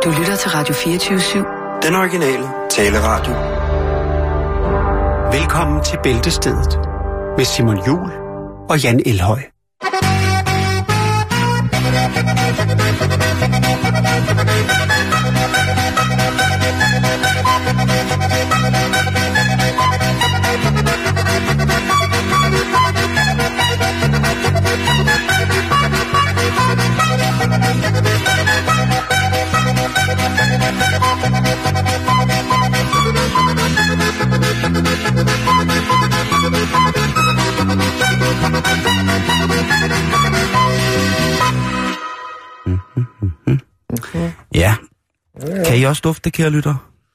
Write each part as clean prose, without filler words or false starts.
Du lytter til Radio 24/7. Den originale taleradio. Velkommen til Bæltestedet med Simon Juhl og Jan Elhøj. Ja. Kan I også dufte, kære lytter?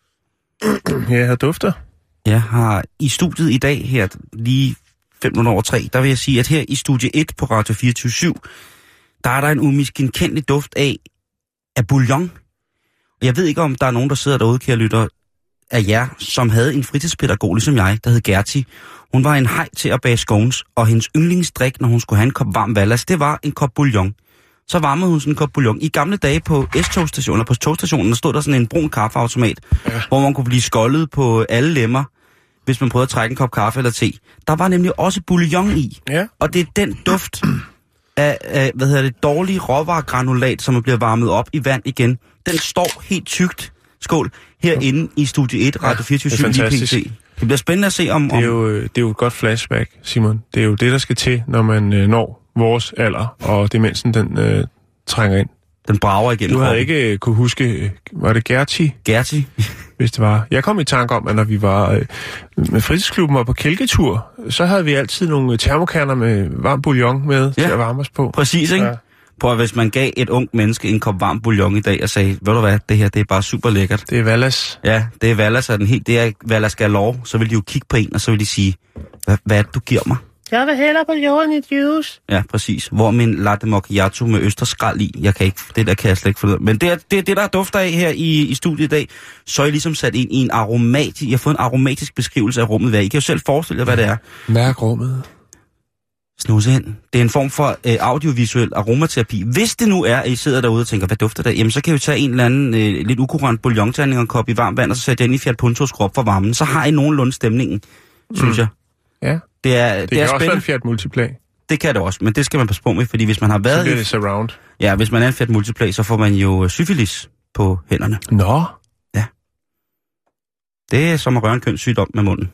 Ja, jeg dufter. Jeg har i studiet i dag her lige 5:03, der vil jeg sige, at her i studie 1 på Radio 24/7, der er der en umiskenkendelig duft af bouillon. Og jeg ved ikke, om der er nogen, der sidder derude, kære lytter, af jer, som havde en fritidspædagog, ligesom jeg, der hed Gerti. Hun var en hej til at bage scones, og hendes yndlingsdrik, når hun skulle have en kop varm vallas, det var en kop bouillon. Så varmede hun sådan en kop bouillon. I gamle dage på S-togstationer, på togstationen, der stod der sådan en brun kaffeautomat, hvor man kunne blive skoldet på alle lemmer, hvis man prøvede at trække en kop kaffe eller te. Der var nemlig også bouillon i. Ja. Og det er den duft af dårlig råvaregranulat, som bliver varmet op i vand igen. Den står helt tykt, skål, herinde i Studie 1, Radio 24/7 lige pt. Det bliver spændende at se om... Det er jo et godt flashback, Simon. Det er jo det, der skal til, når man når vores alder, og demensen, den trænger ind. Den brager igennem. Du havde ikke kunne huske, var det Gerti? Gerti. Hvis det var. Jeg kom i tanke om, at når vi var med fritidsklubben og på kælketur, så havde vi altid nogle termokanner med varm bouillon med til at varme os på. Præcis, ikke? Ja. På at hvis man gav et ungt menneske en kop varm bouillon i dag og sagde, ved du hvad, det her, det er bare super lækkert. Det er Vallas. Ja, det er Vallas, og det er Vallas Galore. Så vil de jo kigge på en, og så vil de sige, hvad er det, du giver mig? Jeg vil hellere bouillon i juice. Ja, præcis. Hvor min latte macchiato med østerskrald i. Det der kan jeg slet ikke finde. Men det er det, der dufter af her i studiet i dag. Så er I ligesom sat ind i en aromatisk... Jeg har fået en aromatisk beskrivelse af rummet. I kan jo selv forestille jer, hvad det er. Mærk rummet. Snuse ind. Det er en form for audiovisuel aromaterapi. Hvis det nu er, at I sidder derude og tænker, hvad dufter det? Jamen, så kan vi tage en eller anden lidt ukurant bouillonterning og en kop i varmt vand, og så sætte den i Fiat Puntos krop for varmen. Så har I nogenlunde stemningen, synes jeg. Ja. Det er kan også være en Fiat Multipla. Det kan det også, men det skal man passe på med, fordi hvis man har været... Så bliver det surround. Ja, hvis man er en Fiat Multipla, så får man jo syfilis på hænderne. Nå. Ja. Det er som at røre en kønssygdom med munden.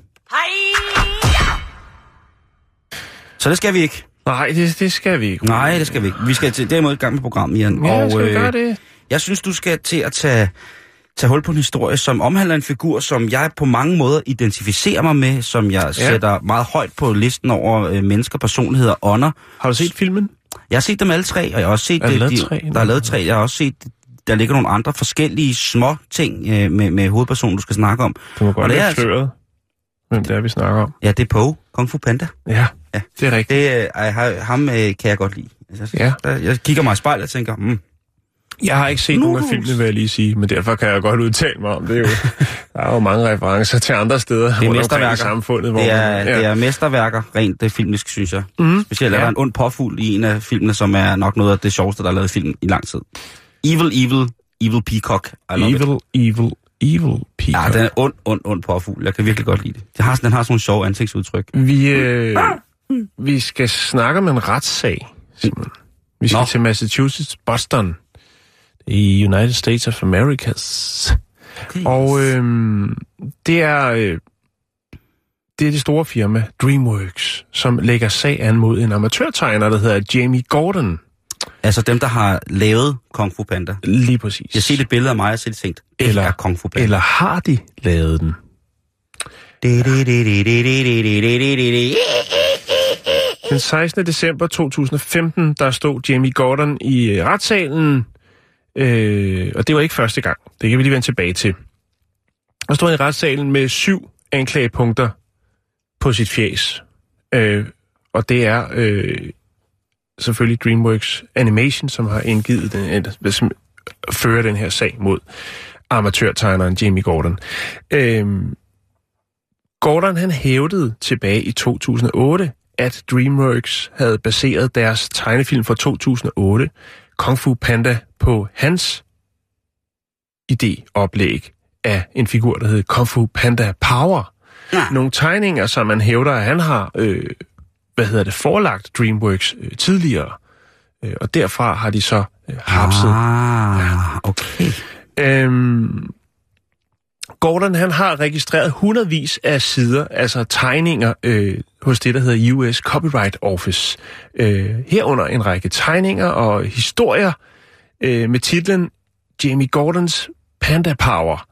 Så det skal vi ikke. Nej, det skal vi ikke. Nej, det skal vi ikke. Vi skal derimod i gang med programmet, Jan. Ja, skal vi gøre det? Jeg synes, du skal til at tage hul på en historie, som omhandler en figur, som jeg på mange måder identificerer mig med, som jeg sætter meget højt på listen over mennesker, personligheder og ånder. Har du set filmen? Jeg har set dem alle tre, og jeg har også set... Der er lavet tre. Jeg har også set... Der ligger nogle andre forskellige små ting med hovedpersonen, du skal snakke om. Du må godt være sløret, hvem det er, vi snakker om. Ja, det er Poe, Kung Fu Panda. Ja, det er rigtigt. Ham kan jeg godt lide. Jeg kigger mig i spejlet og tænker... Jeg har ikke set nogen af filmene, vil jeg lige sige, men derfor kan jeg godt udtale mig om det. Jo. Der er jo mange referencer til andre steder rundt omkring i samfundet. Det er mesterværker, rent filmisk, synes jeg. Specielt er der en ond påfugl i en af filmene, som er nok noget af det sjoveste, der er lavet i film i lang tid. Evil Peacock. Evil Peacock. Ja, den er ond påfugl. Jeg kan virkelig godt lide det. Den har sådan nogle sjove ansigtsudtryk. Vi skal snakke om en retssag, Simon. Vi skal til Massachusetts, Boston, i United States of Americas. Okay. Og det er det store firma, DreamWorks, som lægger sag an mod en amatørtegner, der hedder Jamie Gordon. Altså dem, der har lavet Kung Fu Panda. Lige præcis. Jeg ser et billede af mig, og så har de tænkt, det er Kung Fu Panda. Eller har de lavet den? Den 16. december 2015, der stod Jamie Gordon i retssalen, og det var ikke første gang. Det kan vi lige vende tilbage til. Der stod han i retssalen med 7 anklagepunkter på sit fjæs. Og det er selvfølgelig DreamWorks Animation, som har indgivet den, fører den her sag mod amatørtegneren Jamie Gordon. Gordon, han hævdede tilbage i 2008, at DreamWorks havde baseret deres tegnefilm fra 2008, Kung Fu Panda, på hans idéoplæg af en figur, der hedder Kung Fu Panda Power. Ja. Nogle tegninger, som man hævder, at han har forelagt DreamWorks tidligere. Og derfra har de så hapset. Okay. Gordon, han har registreret hundredvis af sider, altså tegninger, hos det, der hedder US Copyright Office. Herunder en række tegninger og historier med titlen Jamie Gordons Panda Power.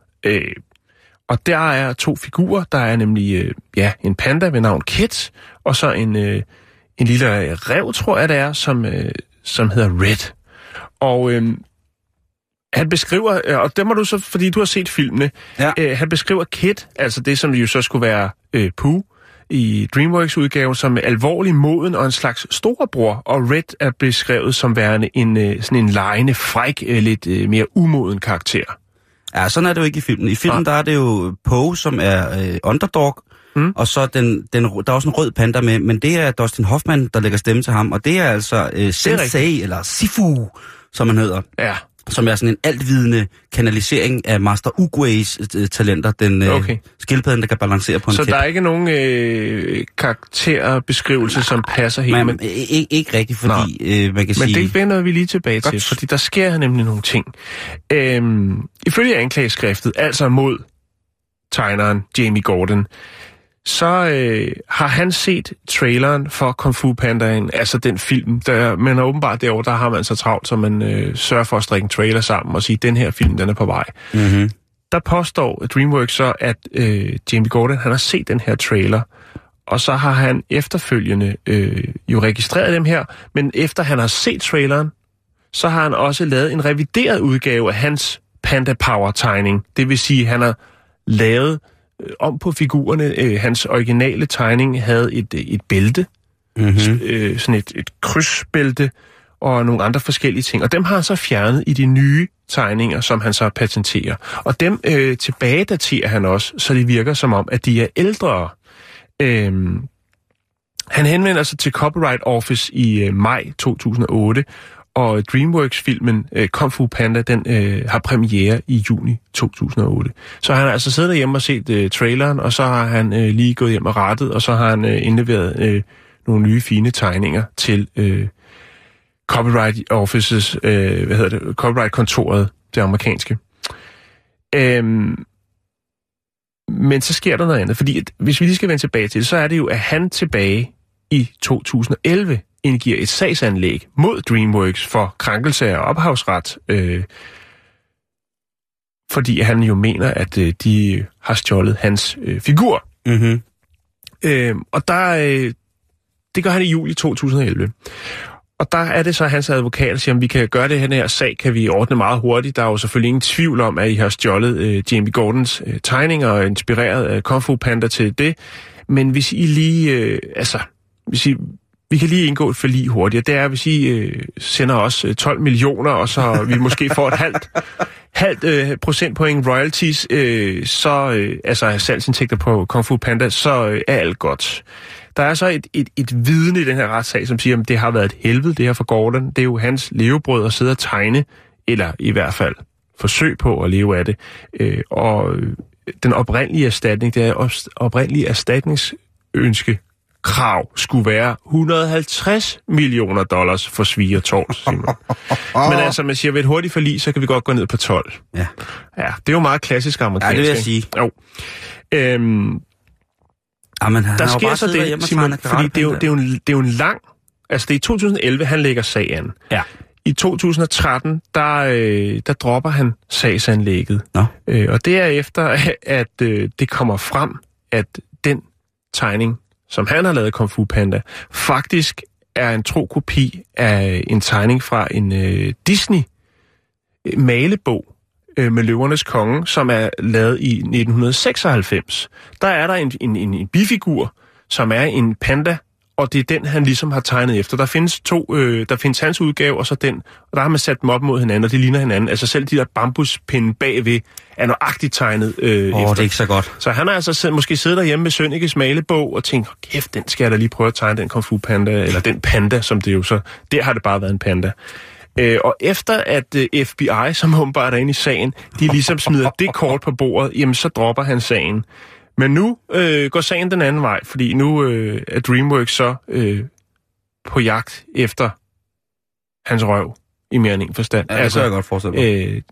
Og der er 2 figurer. Der er nemlig en panda ved navn Kit, og så en lille ræv, tror jeg det er, som hedder Red. Og han beskriver, og det må du så, fordi du har set filmene, han beskriver Kit, altså det, som jo så skulle være Pooh i DreamWorks-udgaven, som alvorlig moden og en slags storebror, og Red er beskrevet som værende sådan en legende, fræk, lidt mere umoden karakter. Ja, sådan er det jo ikke i filmen. I filmen, der er det jo Poe, som er underdog, og så der er også en rød panda med, men det er Dustin Hoffman, der lægger stemme til ham, og det er altså Sensei, eller Sifu, som han hedder. Ja. Som er sådan en altvidende kanalisering af Master Oogways talenter, den skildpadden, der kan balancere på en Så klip. der er ikke nogen karakterbeskrivelse, som passer helt? Men ikke rigtigt, fordi man kan sige... Men det vender vi lige tilbage til, fordi der sker nemlig nogle ting. Ifølge anklageskriftet, altså mod tegneren Jamie Gordon, så har han set traileren for Kung Fu Pandaen, altså den film, men åbenbart derovre, der har man så travlt, så man sørger for at strikke en trailer sammen og sige, den her film, den er på vej. Mm-hmm. Der påstår DreamWorks så, at Jamie Gordon, han har set den her trailer, og så har han efterfølgende jo registreret dem her, men efter han har set traileren, så har han også lavet en revideret udgave af hans Panda Power-tegning. Det vil sige, at han har lavet om på figurerne. Hans originale tegning havde et bælte, sådan et krydsbælte, og nogle andre forskellige ting. Og dem har han så fjernet i de nye tegninger, som han så patenterer. Og dem tilbagedaterer han også, så det virker som om, at de er ældre. Han henvender sig til Copyright Office i maj 2008, og DreamWorks-filmen Kung Fu Panda, den har premiere i juni 2008. Så han har altså siddet derhjemme og set traileren, og så har han lige gået hjem og rettet, og så har han indleveret nogle nye fine tegninger til Copyright Offices, Copyright-kontoret, det amerikanske. Men så sker der noget andet, fordi hvis vi lige skal vende tilbage til det, så er det jo, at han tilbage i 2011 indgiver et sagsanlæg mod DreamWorks for krænkelse af ophavsret, fordi han jo mener, at de har stjålet hans figur. Mm-hmm. Og det gør han i juli 2011. Og der er det så, at hans advokat siger, at vi kan gøre det her sag, kan vi ordne meget hurtigt. Der er jo selvfølgelig ingen tvivl om, at I har stjålet Jamie Gordons tegninger og inspireret af Kung Fu Panda til det. Men hvis I lige, vi kan lige indgå et forlig hurtigt. Det er, hvis I sender os 12 millioner, og så vi måske får et halvt procentpoint royalties, altså salgsindtægter på Kung Fu Panda, så er alt godt. Der er så et vidne i den her retssag, som siger, at det har været et helvede, det her for Gordon. Det er jo hans levebrød at sidde og tegne, eller i hvert fald forsøg på at leve af det. Og den oprindelige erstatning, det er oprindelige erstatningsønske, krav skulle være $150 millioner for svig og tort. Men altså, man siger, ved et hurtigt forlig, så kan vi godt gå ned på 12. Ja, det er jo meget klassisk amerikansk. Ja, det vil jeg sige. Jo. Der sker så det, Simon, fordi det er jo en lang... Altså, det er i 2011, han lægger sagen. Ja. I 2013, der dropper han sagsanlægget. Og det er efter, at det kommer frem, at den tegning, som han har lavet Kung Fu Panda, faktisk er en tro kopi af en tegning fra en Disney-malebog med Løvernes Konge, som er lavet i 1996. Der er der en bifigur, som er en panda, og det er den, han ligesom har tegnet efter. Der findes hans udgave, og så den, og der har man sat dem op mod hinanden, og de ligner hinanden. Altså selv de der bambuspinde bagved er nøjagtigt tegnet efter. Det er ikke så godt. Så han har altså måske siddet derhjemme med Sønnekes malebog og tænkt, kæft, den skal jeg da lige prøve at tegne, den Kung Fu Panda, eller den panda, som det jo så... Der har det bare været en panda. Og efter at FBI, som åbenbart er inde i sagen, de ligesom smider det kort på bordet, jamen så dropper han sagen. Men nu går sagen den anden vej, fordi nu er DreamWorks så på jagt efter hans røv i mere end en forstand. Ja, det kan jeg godt forestille mig.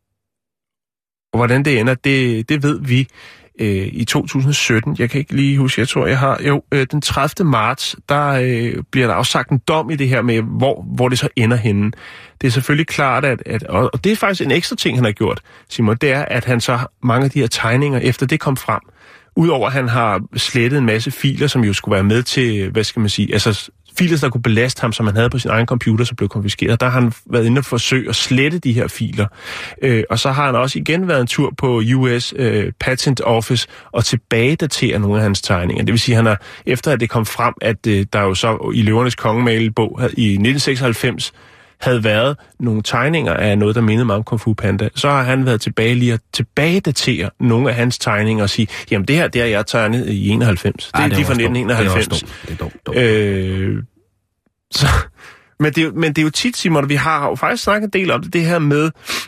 Og hvordan det ender, det ved vi i 2017. Jeg kan ikke lige huske, jeg tror, jeg har... Jo, den 30. marts, der bliver der afsagt en dom i det her med, hvor det så ender henne. Det er selvfølgelig klart, og det er faktisk en ekstra ting, han har gjort, Simon, det er, at han så mange af de her tegninger, efter det kom frem, udover at han har slettet en masse filer, som jo skulle være med til, hvad skal man sige, altså filer, der kunne belaste ham, som han havde på sin egen computer, som blev konfiskeret. Der har han været inde og forsøge at slette de her filer. Og så har han også igen været en tur på US Patent Office og tilbagedatere nogle af hans tegninger. Det vil sige, at han har, efter at det kom frem, at der jo så i Løvernes Kongemalebog i 1996 havde været nogle tegninger af noget, der mindede meget om Kung Fu Panda, så har han været tilbage lige at tilbagedatere nogle af hans tegninger og sige, jamen det her, det har jeg tegnet i 91. Det er de fra 1991. Det er dumt. Men det er jo tit, Simon, vi har jo faktisk snakket en del om det her med,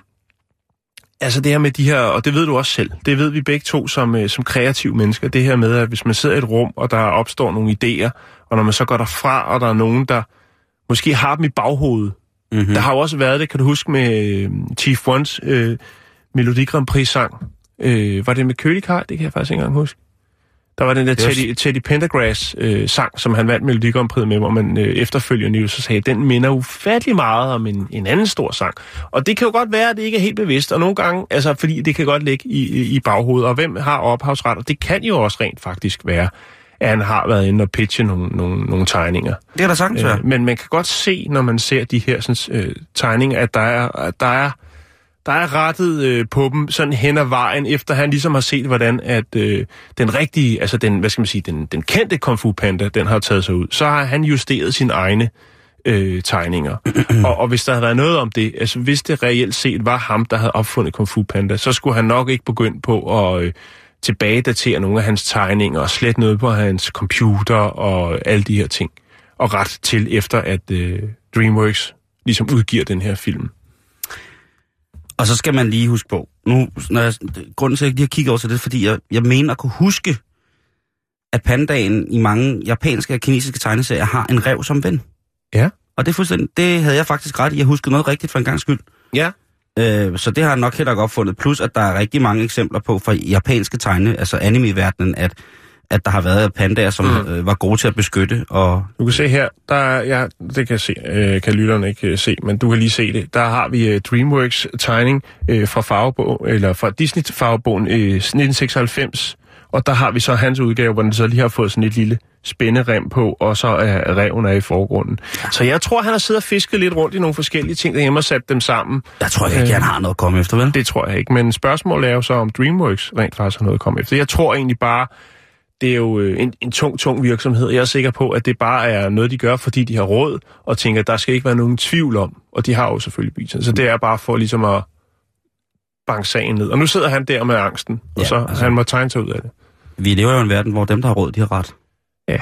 altså det her med de her, og det ved du også selv, det ved vi begge to som kreative mennesker, det her med, at hvis man sidder i et rum, og der opstår nogle idéer, og når man så går derfra, og der er nogen, der måske har dem i baghovedet. Mm-hmm. Der har jo også været det, kan du huske, med Chief Ones Melodi Grand Prix-sang. Var det med Curly Card? Det kan jeg faktisk ikke engang huske. Der var den der Teddy Pendergrass-sang, som han vandt Melodi Grand Prix med, hvor man efterfølgende jo så sagde, den minder ufattelig meget om en anden stor sang. Og det kan jo godt være, at det ikke er helt bevidst, og nogle gange, altså fordi det kan godt ligge i baghovedet, og hvem har ophavsret, og det kan jo også rent faktisk være, at han har været inde og pitche nogle tegninger. Det er der sagtens være. Men man kan godt se, når man ser de her sådan, tegninger, at der er rettet på dem sådan hen ad vejen, efter han ligesom har set, hvordan at den rigtige, altså den, hvad skal man sige, den kendte Kung Fu Panda, den har taget sig ud. Så har han justeret sine egne tegninger. og hvis der havde været noget om det, altså hvis det reelt set var ham, der havde opfundet Kung Fu Panda, så skulle han nok ikke begynde på at tilbagedatere nogle af hans tegninger og slette noget på hans computer og alle de her ting. Og ret til efter, at DreamWorks ligesom udgiver den her film. Og så skal man lige huske på, nu, grunden til, at jeg lige har kigget over til det, fordi jeg mener at kunne huske, at pandaen i mange japanske og kinesiske tegneserier har en ræv som ven. Ja. Og det havde jeg faktisk ret i. Jeg huskede noget rigtigt for en gang skyld. Ja. Så det har jeg nok heller ikke opfundet. Plus, at der er rigtig mange eksempler på fra japanske altså anime-verdenen, at der har været pandaer, som var gode til at beskytte. Og du kan se her, det kan lytterne ikke se, men du kan lige se det. Der har vi DreamWorks tegning fra Disney-farvebogen 1996, og der har vi så hans udgave, hvor den så lige har fået sådan et lille spænderem på, og så er ræven i forgrunden. Ja. Så jeg tror, han har siddet og fisket lidt rundt i nogle forskellige ting derhjemme og sat dem sammen. Jeg tror ikke, han har noget at komme efter, vel? Det tror jeg ikke, men spørgsmålet er jo så, om DreamWorks rent faktisk har noget at komme efter. Jeg tror egentlig bare, det er jo en tung virksomhed. Jeg er sikker på, at det bare er noget, de gør, fordi de har råd, og tænker, at der skal ikke være nogen tvivl om, og de har jo selvfølgelig bilen. Så det er bare for ligesom at banke sagen ned. Og nu sidder han der med angsten, og så han må tegne sig ud af det. Vi lever jo i en verden, hvor dem, der har råd, de har ret. Ja.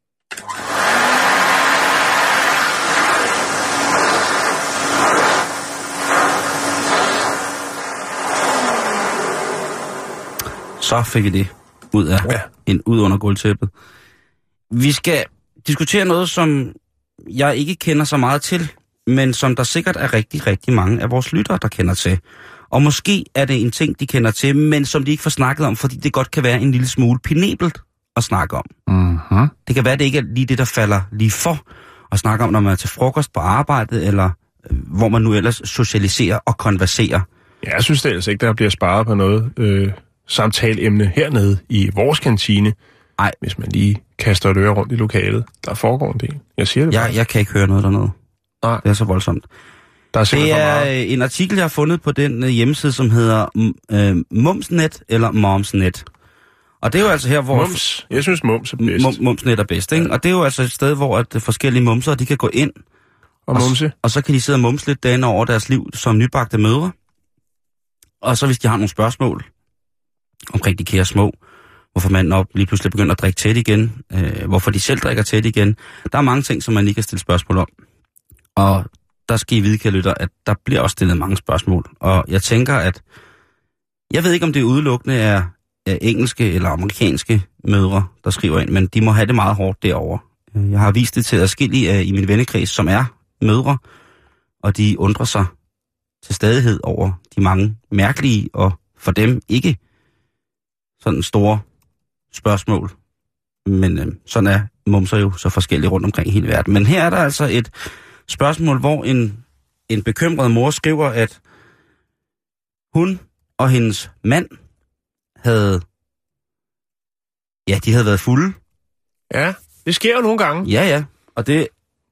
Så fik vi det ud under gulvtæppet. Vi skal diskutere noget, som jeg ikke kender så meget til, men som der sikkert er rigtig, rigtig mange af vores lyttere, der kender til. Og måske er det en ting, de kender til, men som de ikke får snakket om, fordi det godt kan være en lille smule penibelt at snakke om. Mm-hmm. Det kan være, det ikke er lige det, der falder lige for at snakke om, når man er til frokost på arbejdet, eller hvor man nu ellers socialiserer og konverserer. Ja, jeg synes det ellers ikke, der bliver sparet på noget samtaleemne hernede i vores kantine. Nej. Hvis man lige kaster et øre rundt i lokalet. Der foregår en del. Jeg siger det bare. Jeg kan ikke høre noget dernede. Nej. Det er så voldsomt. Det er en artikel, jeg har fundet på den hjemmeside, som hedder Mumsnet eller Momsnet. Og det er jo altså her, hvor... Mums. Jeg synes, Mums er bedst. Mumsnet er bedst, ikke? Ja. Og det er jo altså et sted, hvor at forskellige mumser, de kan gå ind. Og så kan de sidde og mumse lidt dagen over deres liv som nybagte mødre. Og så hvis de har nogle spørgsmål omkring de kære små, hvorfor manden lige pludselig begynder at drikke tæt igen, hvorfor de selv drikker tæt igen. Der er mange ting, som man ikke kan stille spørgsmål om. Og der skal I vide, kære lytter, at der bliver også stillet mange spørgsmål. Og jeg tænker, at jeg ved ikke, om det udelukkende er engelske eller amerikanske mødre, der skriver ind, men de må have det meget hårdt derovre. Jeg har vist det til adskillige i min vennekreds, som er mødre, og de undrer sig til stadighed over de mange mærkelige og for dem ikke sådan store spørgsmål. Men sådan er mumser jo så forskellige rundt omkring i hele verden. Men her er der altså et spørgsmål, hvor en bekymret mor skriver, at hun og hendes mand de havde været fulde. Ja, det sker jo nogle gange. Ja, og det...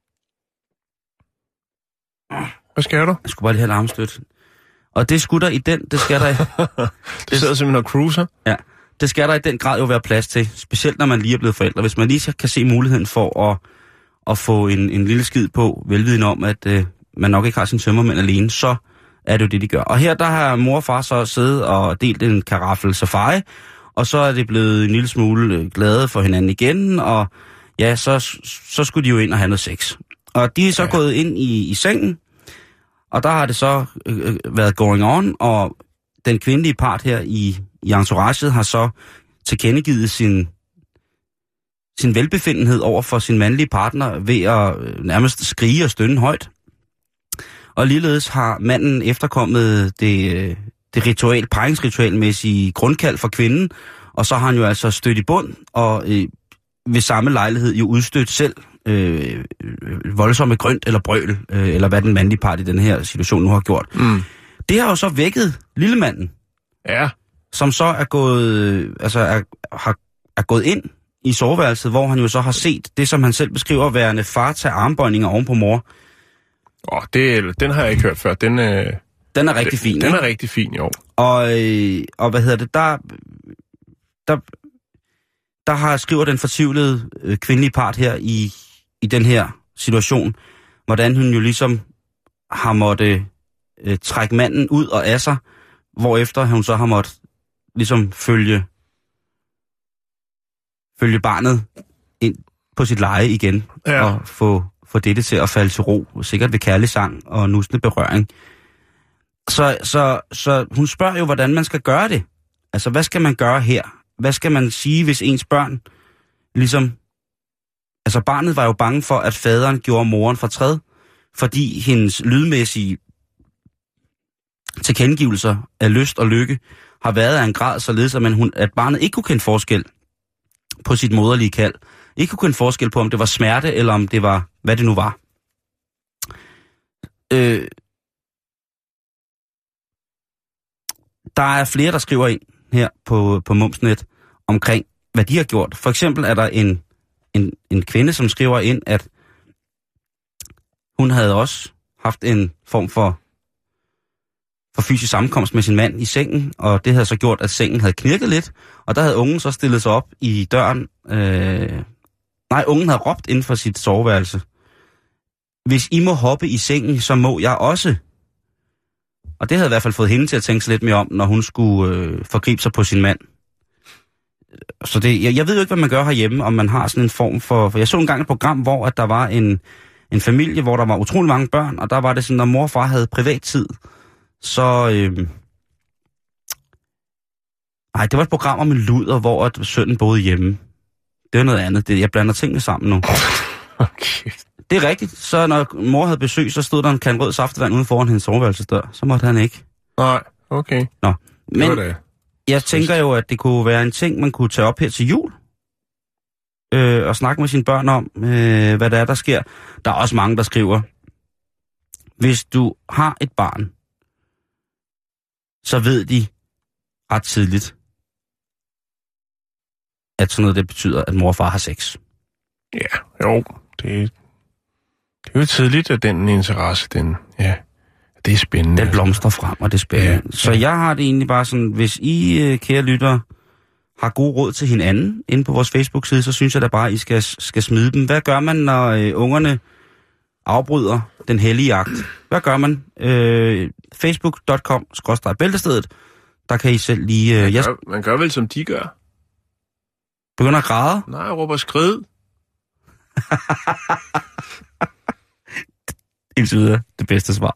Hvad sker du? Jeg skulle bare lige have et armstøt. Og det skulle der i den, det skal der i... Det sidder simpelthen og cruiser. Ja, det skal der i den grad jo være plads til. Specielt når man lige er blevet forældre. Hvis man lige kan se muligheden for at få en lille skid på, velvidende om, at man nok ikke har sin tømmermænd alene, så er det jo det, de gør. Og her der har mor og far så siddet og delt en karaffel safari, og så er det blevet en lille smule glade for hinanden igen, og ja, så skulle de jo ind og have noget sex. Og de er så gået ind i sengen, og der har det så været going on, og den kvindelige part her i entouraget har så tilkendegivet sin velbefindenhed over for sin mandlige partner ved at nærmest skrige og stønne højt. Og ligeledes har manden efterkommet det paringsritualmæssige grundkald for kvinden, og så har han jo altså stødt i bund, og ved samme lejlighed jo udstødt selv voldsomme grønt eller brøl, eller hvad den mandlige part i den her situation nu har gjort. Mm. Det har jo så vækket lillemanden, som så er gået, er gået ind i soveværelset, hvor han jo så har set det, som han selv beskriver værende far tage armbøjninger oven på mor. Den har jeg ikke hørt før. Den er rigtig fin. Den er rigtig fin, jo. Og hvad hedder det, der har skriver den fortvivlede kvindelige part her i den her situation, hvordan hun jo ligesom har måttet trække manden ud og af sig, hvorefter hun så har måttet ligesom følge barnet ind på sit leje igen, og få dette til at falde til ro, sikkert ved kærlig sang og nussende berøring. Så hun spørger jo, hvordan man skal gøre det. Altså, hvad skal man gøre her? Hvad skal man sige, hvis ens børn ligesom... Altså, barnet var jo bange for, at faderen gjorde moren fortræd, fordi hendes lydmæssige tilkendegivelser af lyst og lykke har været af en grad således, at barnet ikke kunne kende forskel på sit moderlige kald. Ikke kunne kende forskel på, om det var smerte, eller om det var, hvad det nu var. Der er flere, der skriver ind her på Mumsnet omkring, hvad de har gjort. For eksempel er der en kvinde, som skriver ind, at hun havde også haft en form for fysisk sammenkomst med sin mand i sengen, og det havde så gjort, at sengen havde knirket lidt, og der havde ungen så stillet sig op i døren. Ungen havde råbt inden for sit soveværelse. Hvis I må hoppe i sengen, så må jeg også. Og det havde i hvert fald fået hende til at tænke sig lidt mere om, når hun skulle forgribe sig på sin mand. Så jeg ved jo ikke, hvad man gør herhjemme, om man har sådan en form for jeg så engang et program, hvor at der var en familie, hvor der var utrolig mange børn, og der var det sådan, når mor og far havde privattid, så... det var et program om en luder, hvor at sønnen boede hjemme. Det var noget andet. Jeg blander tingene sammen nu. Okay. Det er rigtigt. Så når mor havde besøg, så stod der en kan rød saftevand ude foran hendes soveværelsesdør. Så måtte han ikke. Nej, okay. Nå, men det. Jeg tænker jo, at det kunne være en ting, man kunne tage op her til jul. Og snakke med sine børn om, hvad der er, der sker. Der er også mange, der skriver, hvis du har et barn, så ved de ret tidligt, at sådan noget, det betyder, at mor og far har sex. Ja, jo. Det er jo tidligt, at den interesse, det er spændende. Den blomstrer frem, og det er spændende. Ja. Så jeg har det egentlig bare sådan, hvis I, kære lyttere, har god råd til hinanden inde på vores Facebook-side, så synes jeg da bare, at I skal smide dem. Hvad gør man, når ungerne afbryder den hellige akt? Hvad gør man? Facebook.com/bæltestedet. Der kan I selv lige... Man gør vel, som de gør. Begynder at græde? Nej, jeg råber skrid. Indtil videre det bedste svar.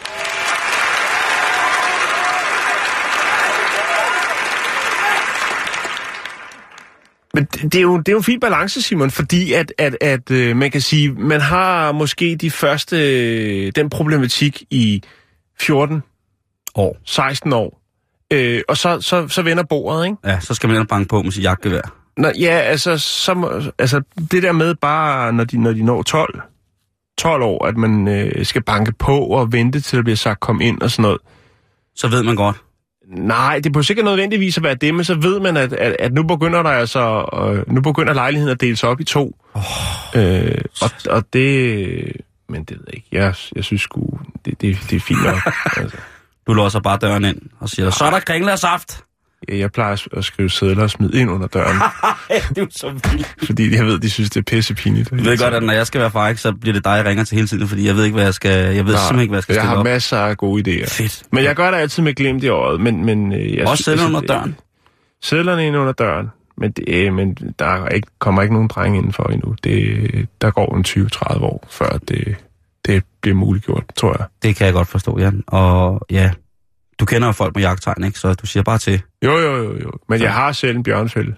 Men det er jo en fin balance, Simon, fordi at man kan sige, man har måske den problematik i 14 år, 16 år, og så vender bordet, ikke? Ja, så skal man banke på med sit jagtgevær. Ja, altså det der med bare, når de når 12 år, at man skal banke på og vente til der bliver sagt kom ind og sådan noget. Så ved man godt. Nej, det behøver sikkert nødvendigvis at være det, men så ved man, at nu begynder nu begynder lejligheden at deles op i 2. Og det... Men det ved jeg ikke. Jeg synes sgu, det er fint nok. Altså. Du låser bare døren ind og siger, så er der kringle og saft. Ja, jeg plejer at skrive sedler og smide ind under døren. Det er så vildt. Fordi jeg ved, de synes, det er pissepinligt. Jeg ved godt, at når jeg skal være far, så bliver det dig, jeg ringer til hele tiden, fordi jeg ved ikke, hvad jeg skal... Jeg ved simpelthen ikke, hvad jeg skal stille op. Jeg har masser af gode idéer. Fedt. Men jeg gør det altid med glimt i øjet. Men også sedlerne under døren? Sedlerne ind under døren. Men der kommer ikke nogen drenge indenfor endnu. Der går en 20-30 år, før det bliver muliggjort, tror jeg. Det kan jeg godt forstå, Jan. Og ja, du kender jo folk med jagttegn, ikke? Så du siger bare til. Jo. Men jeg har selv en bjørnefælde.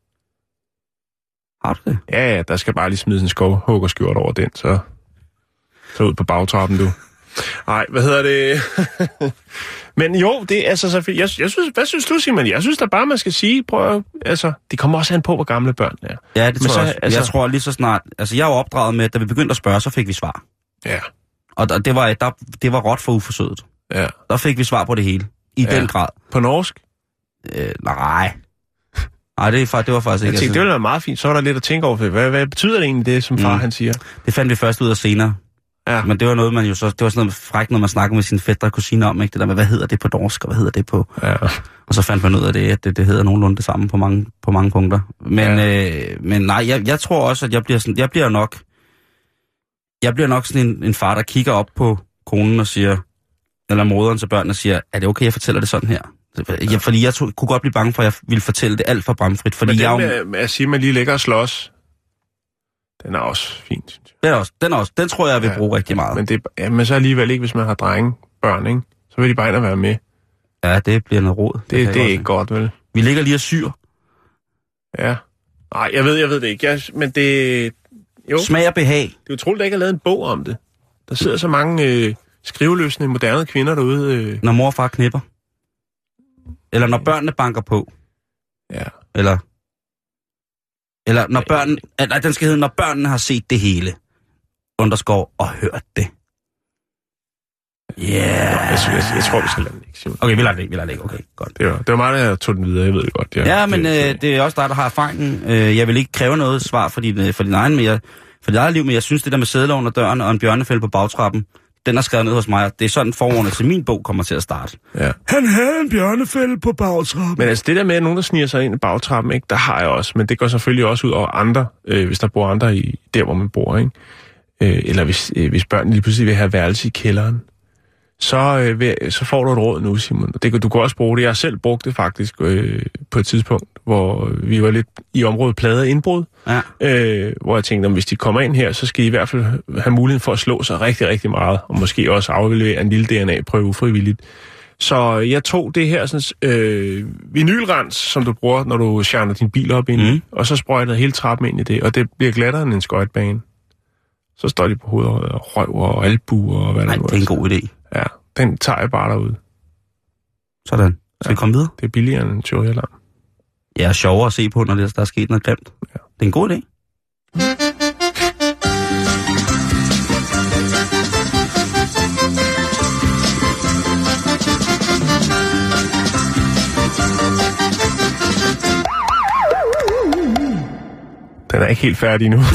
Har du det? Ja, der skal bare lige smide en skovhuggerskjort over den, så ud på bagtrappen, du. Nej, hvad hedder det? Men jo, det er altså så fedt. Jeg synes, hvad synes du, Simon? Jeg synes da bare, man skal sige, det kommer også an på, hvor gamle børn er. Ja, det tror jeg også. Jeg tror lige så snart, jeg er jo opdraget med, at da vi begyndte at spørge, så fik vi svar. Ja. Og det var råt for uforsøget. Ja. Der fik vi svar på det hele. I den grad. På norsk? Nej, det var faktisk ikke. Jeg tænkte, det ville være meget fint. Så er der lidt at tænke over, hvad betyder det egentlig, det som far han siger? Det fandt vi først ud af senere. Ja. Men det var noget, det var sådan noget frækt, når man snakker med sine fætre og kusiner om, ikke? Det der med, hvad hedder det på norsk, og hvad hedder det på... Ja. Og så fandt man ud af det, at det hedder nogenlunde det samme på mange punkter. Men nej, jeg tror også, at jeg bliver nok sådan en far, der kigger op på konen og siger, eller moderen til børnene og siger, er det okay, jeg fortæller det sådan her? Fordi jeg kunne godt blive bange for, at jeg ville fortælle det alt for bramfrit. Fordi men den med at sige, at man lige ligger og slås, den er også fint, synes jeg. Den tror jeg vil bruge rigtig meget. Men så alligevel ikke, hvis man har børn, ikke? Så vil de bare ind og være med. Ja, det bliver noget rod. Det er ikke godt, vel? Vi ligger lige og syr. Ja. Nej, jeg ved det ikke. Men det... Jo. Smag og behag. Det er utroligt, at der ikke er lavet en bog om det. Der sidder så mange skriveløsende, moderne kvinder derude. Når mor og far knipper. Eller når børnene banker på. Ja. Eller når børnene... Den skal hedde, når børnene har set det hele. Underscore og hørt det. Yeah. Jeg tror, vi skal lade den ikke, Simon. Okay, vi lader det ikke. Okay, godt. Det var meget, jeg tog den videre, jeg ved det godt. Det er også dig, der har erfaringen. Jeg vil ikke kræve noget svar for din egen, for dit eget liv, men jeg synes, det der med sædler under døren og en bjørnefælde på bagtrappen, den er skrevet ned hos mig. Det er sådan forordnet til min bog kommer til at starte. Ja. Han havde en bjørnefælde på bagtrappen. Men altså det der med, at nogen, der sniger sig ind i bagtrappen, ikke, der har jeg også. Men det går selvfølgelig også ud over andre, hvis der bor andre i der, hvor man bor, ikke? Eller hvis børnene lige pludselig vil have værelse i kælderen. Så får du et råd nu, Simon. Du kan også bruge det. Jeg har selv brugt det faktisk på et tidspunkt, hvor vi var lidt i området plaget af indbrud. Ja. Hvor jeg tænkte, hvis de kommer ind her, så skal I hvert fald have muligheden for at slå sig rigtig, rigtig meget. Og måske også aflevere en lille DNA-prøve ufrivilligt. Så jeg tog det her vinylrens, som du bruger, når du charner din bil op ind, og så sprøjtede hele trappen ind i det, og det bliver glattere end en skøjtebane. Så står de på hovedet og røv og albuer og hvad der nu er. Det er en god idé. Ja, den tager jeg bare derude. Sådan. Skal vi komme videre? Det er billigere end en tyverialarm. Ja, sjovere at se på, når der er sket noget grimt. Ja. Det er en god idé. Den er ikke helt færdig nu.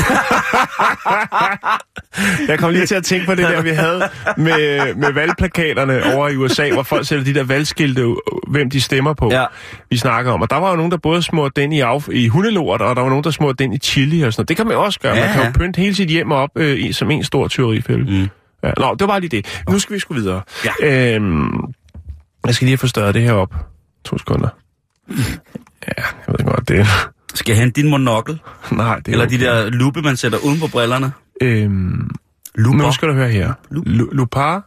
Jeg kom lige til at tænke på det der, vi havde med valgplakaterne over i USA, hvor folk sætter de der valgskilte, hvem de stemmer på, vi snakker om. Og der var jo nogen, der både smurte den i hundelort, og der var nogen, der smurte den i chili og sådan noget. Det kan man jo også gøre. Man kan jo pynte hele sit hjem op som en stor tyverifælde. Ja, det var bare lige det. Nu skal vi sgu videre. Ja. Jeg skal lige have forstørret det her op. 2 sekunder. Ja, jeg ved godt, det skal jeg hente din monokkel? Nej, det er eller okay. De der lupe, man sætter uden på brillerne? Nu skal du høre her. Lupar.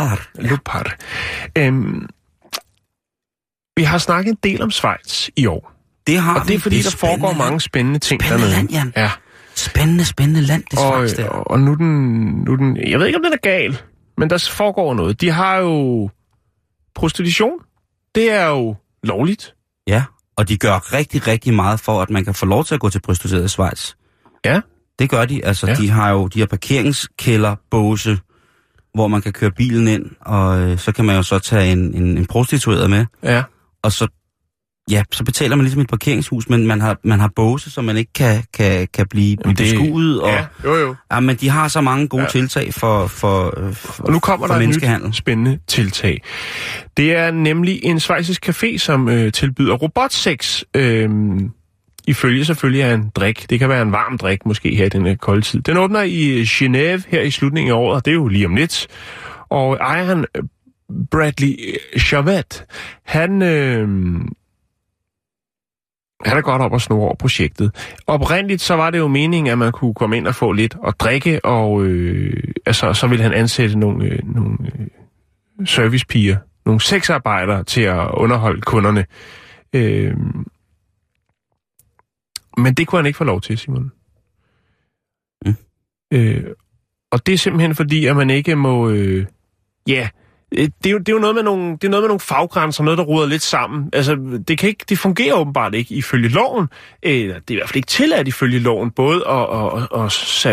Vi har snakket en del om Schweiz i år. Det har og det er fordi, der foregår mange spændende ting dernede. Land, Jan. Ja. Spændende land, det Schweiz der. Og nu den... Jeg ved ikke, om den er gal, men der foregår noget. De har jo prostitution. Det er jo lovligt. Ja, og de gør rigtig, rigtig meget for, at man kan få lov til at gå til prostitueret i Schweiz. Ja. Det gør de. Altså, de har parkeringskælderbåse, hvor man kan køre bilen ind, og så kan man jo så tage en prostitueret med. Ja. Og så betaler man ligesom et parkeringshus, men man har båse, så man ikke kan blive beskuet. Og, jo. Ja, men de har så mange gode tiltag for og nu kommer der et nyt spændende tiltag. Det er nemlig en schweizisk café, som tilbyder robotsex. Ifølge selvfølgelig er en drik. Det kan være en varm drik, måske her i den kolde tid. Den åbner i Genève her i slutningen af året, og det er jo lige om lidt. Og ejeren Bradley Chavet, han er godt op og snor over projektet. Oprindeligt så var det jo meningen, at man kunne komme ind og få lidt at drikke, og så ville han ansætte nogle servicepiger, nogle sexarbejdere til at underholde kunderne. Men det kunne han ikke få lov til, Simon. Og det er simpelthen fordi, at man ikke må... Det er jo noget med nogle faggrænser, noget der roder lidt sammen. Altså, det fungerer åbenbart ikke ifølge loven. Det er i hvert fald ikke tilladt ifølge loven, både at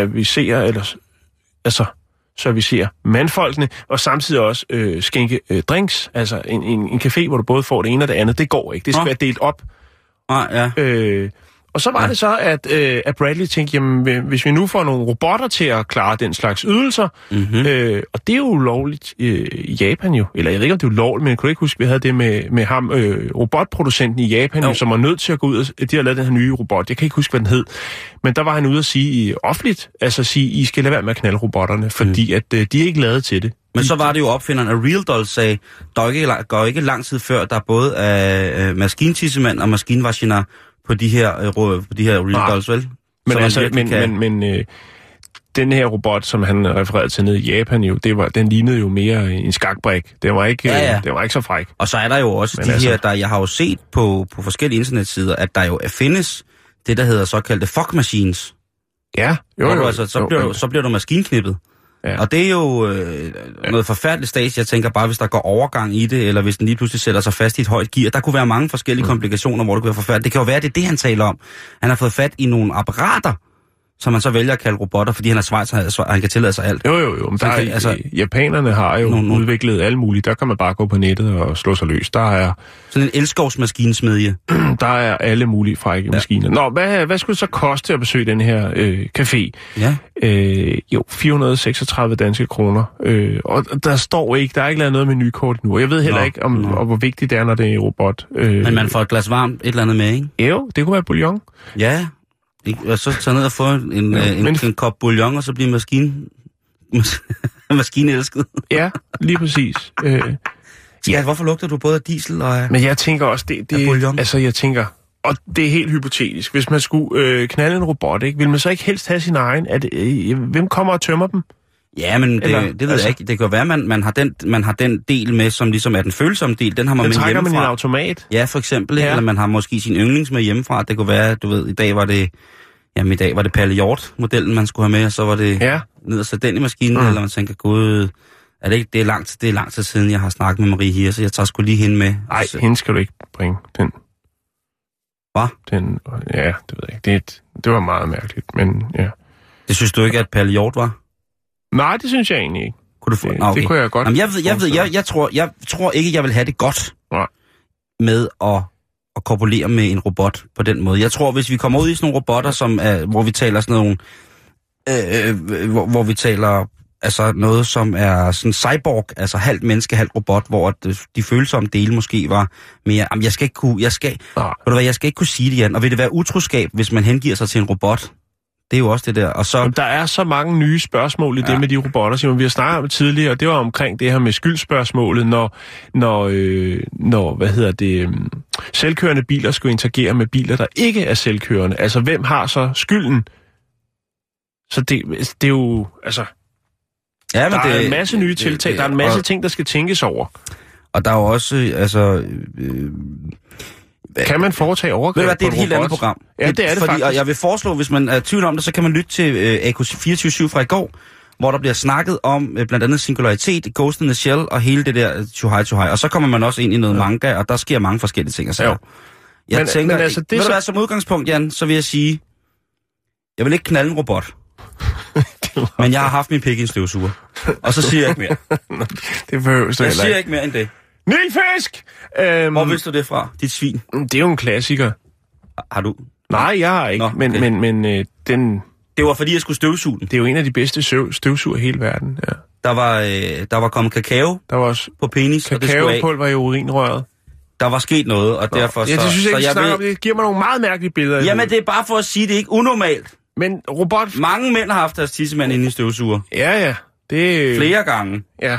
servicere mandfolkene, og samtidig også skænke drinks. Altså en café, hvor du både får det ene og det andet. Det går ikke. Det skal være delt op. Og så var det så, at Bradley tænkte, jamen, hvis vi nu får nogle robotter til at klare den slags ydelser, og det er jo lovligt i Japan jo, eller jeg ved ikke, om det er lovligt, men jeg kunne ikke huske, at vi havde det med ham, robotproducenten i Japan, jo, som var nødt til at gå ud, og de har lavet den her nye robot, jeg kan ikke huske, hvad den hed, men der var han ude at sige offentligt, I skal lade være med at knalde robotterne, fordi at de er ikke lavet til det. Men så var det jo opfinderen af Real Doll sagde, der går ikke lang tid før, der både er maskintissemænd og maskinvaginer på de her Real Dolls, vel? Men den her robot, som han refererede til nede i Japan, jo, den lignede jo mere en skakbrik. Det var ikke, det var ikke så fræk. Og så er der jo også jeg har jo set på forskellige internetsider, at der jo findes det, der hedder såkaldte fuck machines. Ja, så bliver du maskinknippet. Ja. Og det er jo noget forfærdeligt stats. Jeg tænker bare, hvis der går overgang i det, eller hvis den lige pludselig sætter sig fast i et højt gear. Der kunne være mange forskellige komplikationer, hvor det kunne være forfærdeligt. Det kan jo være, det er det, han taler om. Han har fået fat i nogle apparater, som man så vælger at kalde robotter, fordi han er schweizer, og han kan tillade sig alt. Jo. Men japanerne har jo udviklet alt muligt. Der kan man bare gå på nettet og slå sig løs. Der er sådan en elskovsmaskinsmedie. Der er alle mulige frække maskiner. Nå, hvad skulle det så koste at besøge den her café? Ja. 436 danske kroner. Og der står ikke, der er ikke lavet noget menukort nu. Jeg ved heller ikke, om hvor vigtigt det er, når det er en robot. Men man får et glas varmt, et eller andet med, ikke? Jo, det kunne være bouillon. Ja. Og så tage ned og få en kop bouillon, og så blive maskinelsket. Ja, lige præcis. Hvorfor lugter du både af diesel og Men jeg tænker også, og det er helt hypotetisk. Hvis man skulle knalde en robot, ikke, vil man så ikke helst have sin egen? Hvem kommer og tømmer dem? Ja, men det ved jeg ikke. Det kan være, man har den del med, som ligesom er den følsomme del. Den har man med hjemmefra. Den trækker man i en automat? Ja, for eksempel. Ja. Eller man har måske sin yndlings med hjemmefra. Det kunne være, du ved, i dag var det Palle Hjort-modellen, man skulle have med, og så var det ned og sætte den i maskinen, eller man tænker, gud, det er lang tid siden, jeg har snakket med Marie her, så jeg tager sgu lige hende med. Nej, hende skal du ikke bringe. Den. Hvad? Det ved jeg ikke. Det var meget mærkeligt, men ja. Det synes du ikke, at Palle Hjort var? Nej, det synes jeg egentlig ikke. Kunne du få? Okay. Det kunne jeg godt. Jamen, jeg tror ikke, jeg vil have det godt med at korpulere med en robot på den måde. Jeg tror, hvis vi kommer ud i sådan nogle robotter, som hvor vi taler sådan nogle, hvor vi taler altså noget, som er sådan cyborg, altså halvt menneske, halvt robot, hvor de følsomme dele måske var mere, jamen jeg skal ikke kunne sige det, Jan. Og vil det være utroskab, hvis man hengiver sig til en robot? Det er jo også det der. Og så... Der er så mange nye spørgsmål i det med de robotter, som vi har snakket om tidligere, og det var omkring det her med skyldspørgsmålet, når selvkørende biler skulle interagere med biler, der ikke er selvkørende. Altså, hvem har så skylden? Så det er jo, altså... Ja, men der er en masse nye tiltag, der er en masse ting, der skal tænkes over. Og der er jo også, altså... kan man foretage overgreb på det er et helt andet program. Ja, det er det faktisk. Og jeg vil foreslå, hvis man er i tvivl om det, så kan man lytte til AK24 fra i går, hvor der bliver snakket om blandt andet singularitet, Ghost in the Shell og hele det der Chuhai. Og så kommer man også ind i noget manga, og der sker mange forskellige ting. Så jeg tænker, altså, det ved du hvad, som udgangspunkt, Jan, så vil jeg sige, jeg vil ikke knalde en robot. Men jeg har haft min pik i en støvsuger. Og så siger jeg ikke mere. Det behøves du jeg siger ikke mere end det. Nilfisk! Hvor vidste du det fra, dit svin? Det er jo en klassiker. Har du? Nej, jeg har ikke. Nå, men den... Det var fordi, jeg skulle støvsuge den. Det er jo en af de bedste støvsuger i hele verden, ja. Der var kommet kakao der var også på penis. Kakaopulver i urinrøret. Der var sket noget, og derfor ja, det synes jeg ikke, snakker om. Det giver mig nogle meget mærkelige billeder. Jamen, det er bare for at sige, det er ikke unormalt. Men robot... Mange mænd har haft deres tissemand inde i støvsuger. Ja. Det... Flere gange. Ja.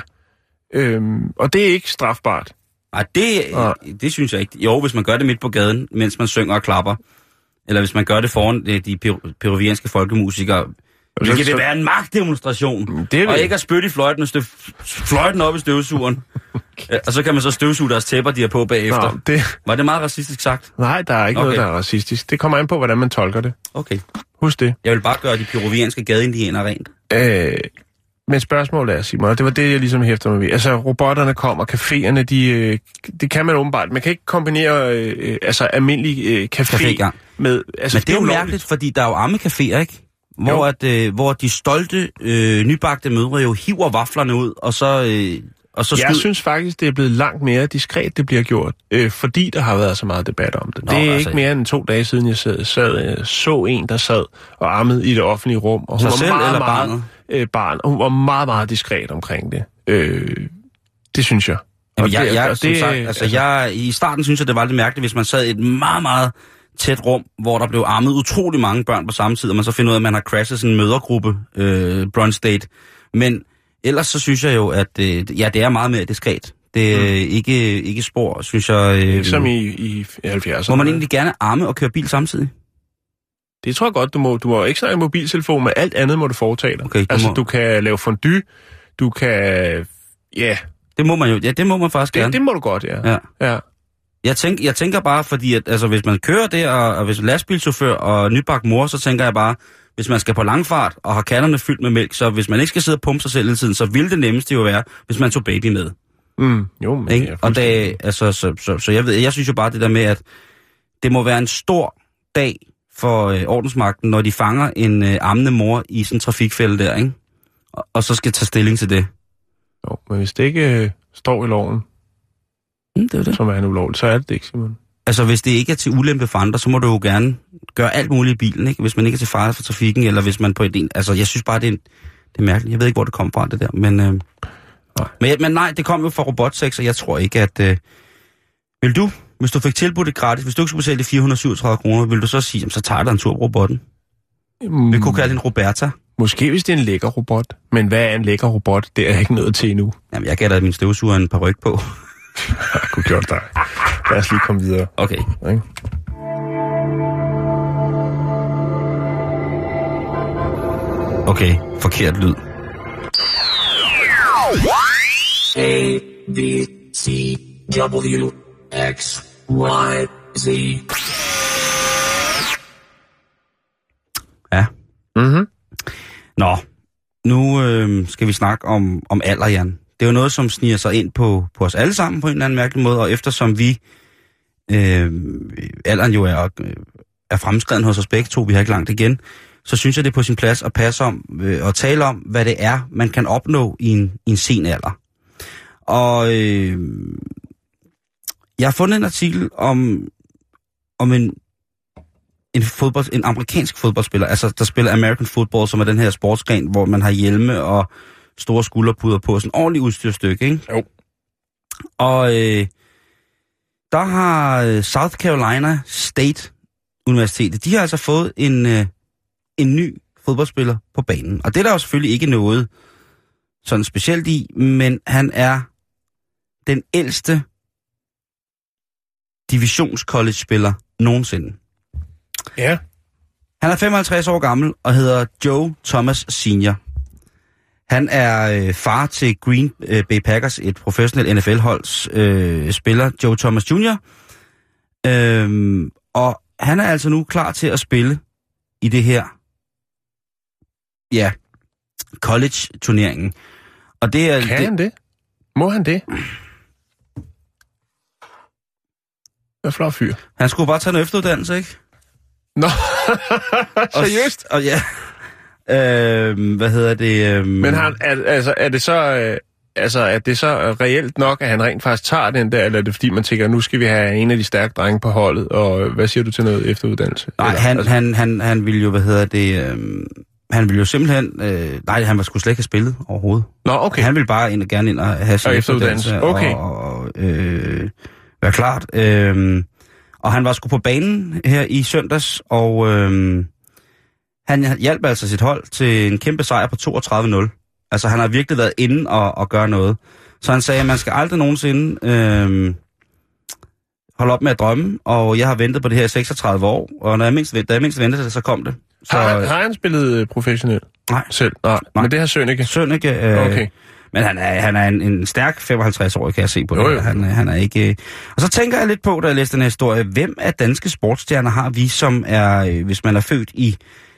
Og det er ikke strafbart. Nej, det synes jeg ikke. Jo, hvis man gør det midt på gaden, mens man synger og klapper. Eller hvis man gør det foran de peruvianske folkemusikere. Hvilket vil være en magtdemonstration. Og ikke at spytte i fløjten op i støvsugeren. Okay. Og så kan man så støvsuge deres tæpper, de har på bagefter. Nå, var det meget racistisk sagt? Nej, der er ikke noget, der er racistisk. Det kommer an på, hvordan man tolker det. Okay. Husk det. Jeg vil bare gøre de peruvianske gadeindianer rent. Men spørgsmålet er, Simon, og det var det, jeg ligesom hæfter mig ved. Altså, robotterne kommer, caféerne, det kan man åbenbart. Man kan ikke kombinere almindelig café med... Altså, men det er jo mærkeligt, fordi der er jo ammecaféer, ikke? Hvor de stolte, nybagte mødre jo hiver vaflerne ud, og så jeg synes faktisk, det er blevet langt mere diskret, det bliver gjort, fordi der har været så meget debat om det. Det er ikke mere end 2 dage siden, jeg så en, der sad og ammede i det offentlige rum, og hun var barn, og hun var meget, meget diskret omkring det. Det synes jeg. Jamen, i starten synes jeg, det var lidt mærkeligt, hvis man sad i et meget, meget tæt rum, hvor der blev ammet utrolig mange børn på samme tid, og man så finder ud af, at man har crashet sådan en mødergruppe, brunch date. Men ellers så synes jeg jo, at det er meget mere diskret. Det er ikke spor, synes jeg. Som i 70'erne. Må man egentlig gerne amme og køre bil samtidig? Det tror jeg godt, du må. Du må ikke snakke mobiltelefon, men alt andet må du foretage dig. Okay, du kan lave fondue, du kan... Ja. Det må man jo. Ja, det må man faktisk gerne. Det må du godt, ja. Jeg tænker bare, fordi at, altså, hvis man kører der, og hvis lastbilchauffør og nybagt mor, så tænker jeg bare, hvis man skal på langfart og har kanderne fyldt med mælk, så hvis man ikke skal sidde og pumpe sig selv hele tiden, så ville det nemmeste jo være, hvis man tog baby med. Jo, men ikke? Og så jeg synes jo bare det der med, at det må være en stor dag for ordensmagten, når de fanger en ammende mor i sådan en trafikfælde der, ikke? Og så skal tage stilling til det. Jo, men hvis det ikke står i loven, det. Som er en ulovligt, så er det ikke, Simon. Altså, hvis det ikke er til ulempe for andre, så må du jo gerne gøre alt muligt i bilen, ikke? Hvis man ikke er til fare for trafikken, eller hvis man på et... Altså, jeg synes bare, det er mærkeligt. Jeg ved ikke, hvor det kom fra, det der, men nej, det kom jo fra robotsex, og jeg tror ikke, at... Vil du, hvis du fik tilbudt det gratis, hvis du ikke skulle betale de 437 kroner, vil du så sige, så tager der en tur på robotten? Vi kunne kalde det en Roberta. Måske hvis det er en lækker robot. Men hvad er en lækker robot? Det er jeg ikke noget til endnu. Jamen, jeg gætter, at min støvsuger en paryk på. Jeg kunne gjort dig. Lad os lige komme videre. Okay. Okay, forkert lyd. A, B, C, W, X, Y, Z. Ja. Mhm. Nå, nu skal vi snakke om alder, Jan. Det er jo noget, som sniger sig ind på os alle sammen på en eller anden mærkelig måde, og eftersom vi, alderen jo er fremskreden hos os begge to, vi har ikke langt igen, så synes jeg, det er på sin plads at passe om og tale om, hvad det er, man kan opnå i en sen alder. Og jeg har fundet en artikel om en amerikansk fodboldspiller, altså der spiller American Football, som er den her sportsgren, hvor man har hjelme og store skulderpuder på, sådan en ordentlig udstyrstykke, ikke? Jo. Og der har South Carolina State Universitetet, de har altså fået en ny fodboldspiller på banen. Og det er der jo selvfølgelig ikke noget sådan specielt i, men han er den ældste divisionscollege-spiller nogensinde. Ja. Han er 55 år gammel og hedder Joe Thomas Sr. Han er far til Green Bay Packers, et professionelt NFL-holds spiller, Joe Thomas Jr. Og han er altså nu klar til at spille i det her, college-turneringen. Og det er... Kan han det? Må han det? Hvad flot fyr. Han skulle bare tage noget efteruddannelse, ikke? Nå, seriøst? Og ja... hvad hedder det? Men er det så reelt nok, at han rent faktisk tager den der, eller er det fordi, man tænker, nu skal vi have en af de stærke drenge på holdet, og hvad siger du til noget efteruddannelse? Nej, han ville jo, han ville jo simpelthen... han var sgu slet ikke have spillet overhovedet. Nå, okay. Han ville bare gerne ind og have sin efteruddannelse. Okay. Og være klart. Og han var sgu på banen her i søndags, og han hjalp altså sit hold til en kæmpe sejr på 32-0. Altså, han har virkelig været inde og gøre noget. Så han sagde, at man skal aldrig nogensinde holde op med at drømme, og jeg har ventet på det her i 36 år, og da jeg mindst ventede det, så kom det. Så, har han spillet professionelt? Nej. Selv? Nej. Men det her Sønneke? Sønneke, okay. Men han er en stærk 55-årig, kan jeg se på det. Han er ikke... Og så tænker jeg lidt på, da jeg læste den her historie, hvem af danske sportsstjerner har vi, som er, hvis man er født i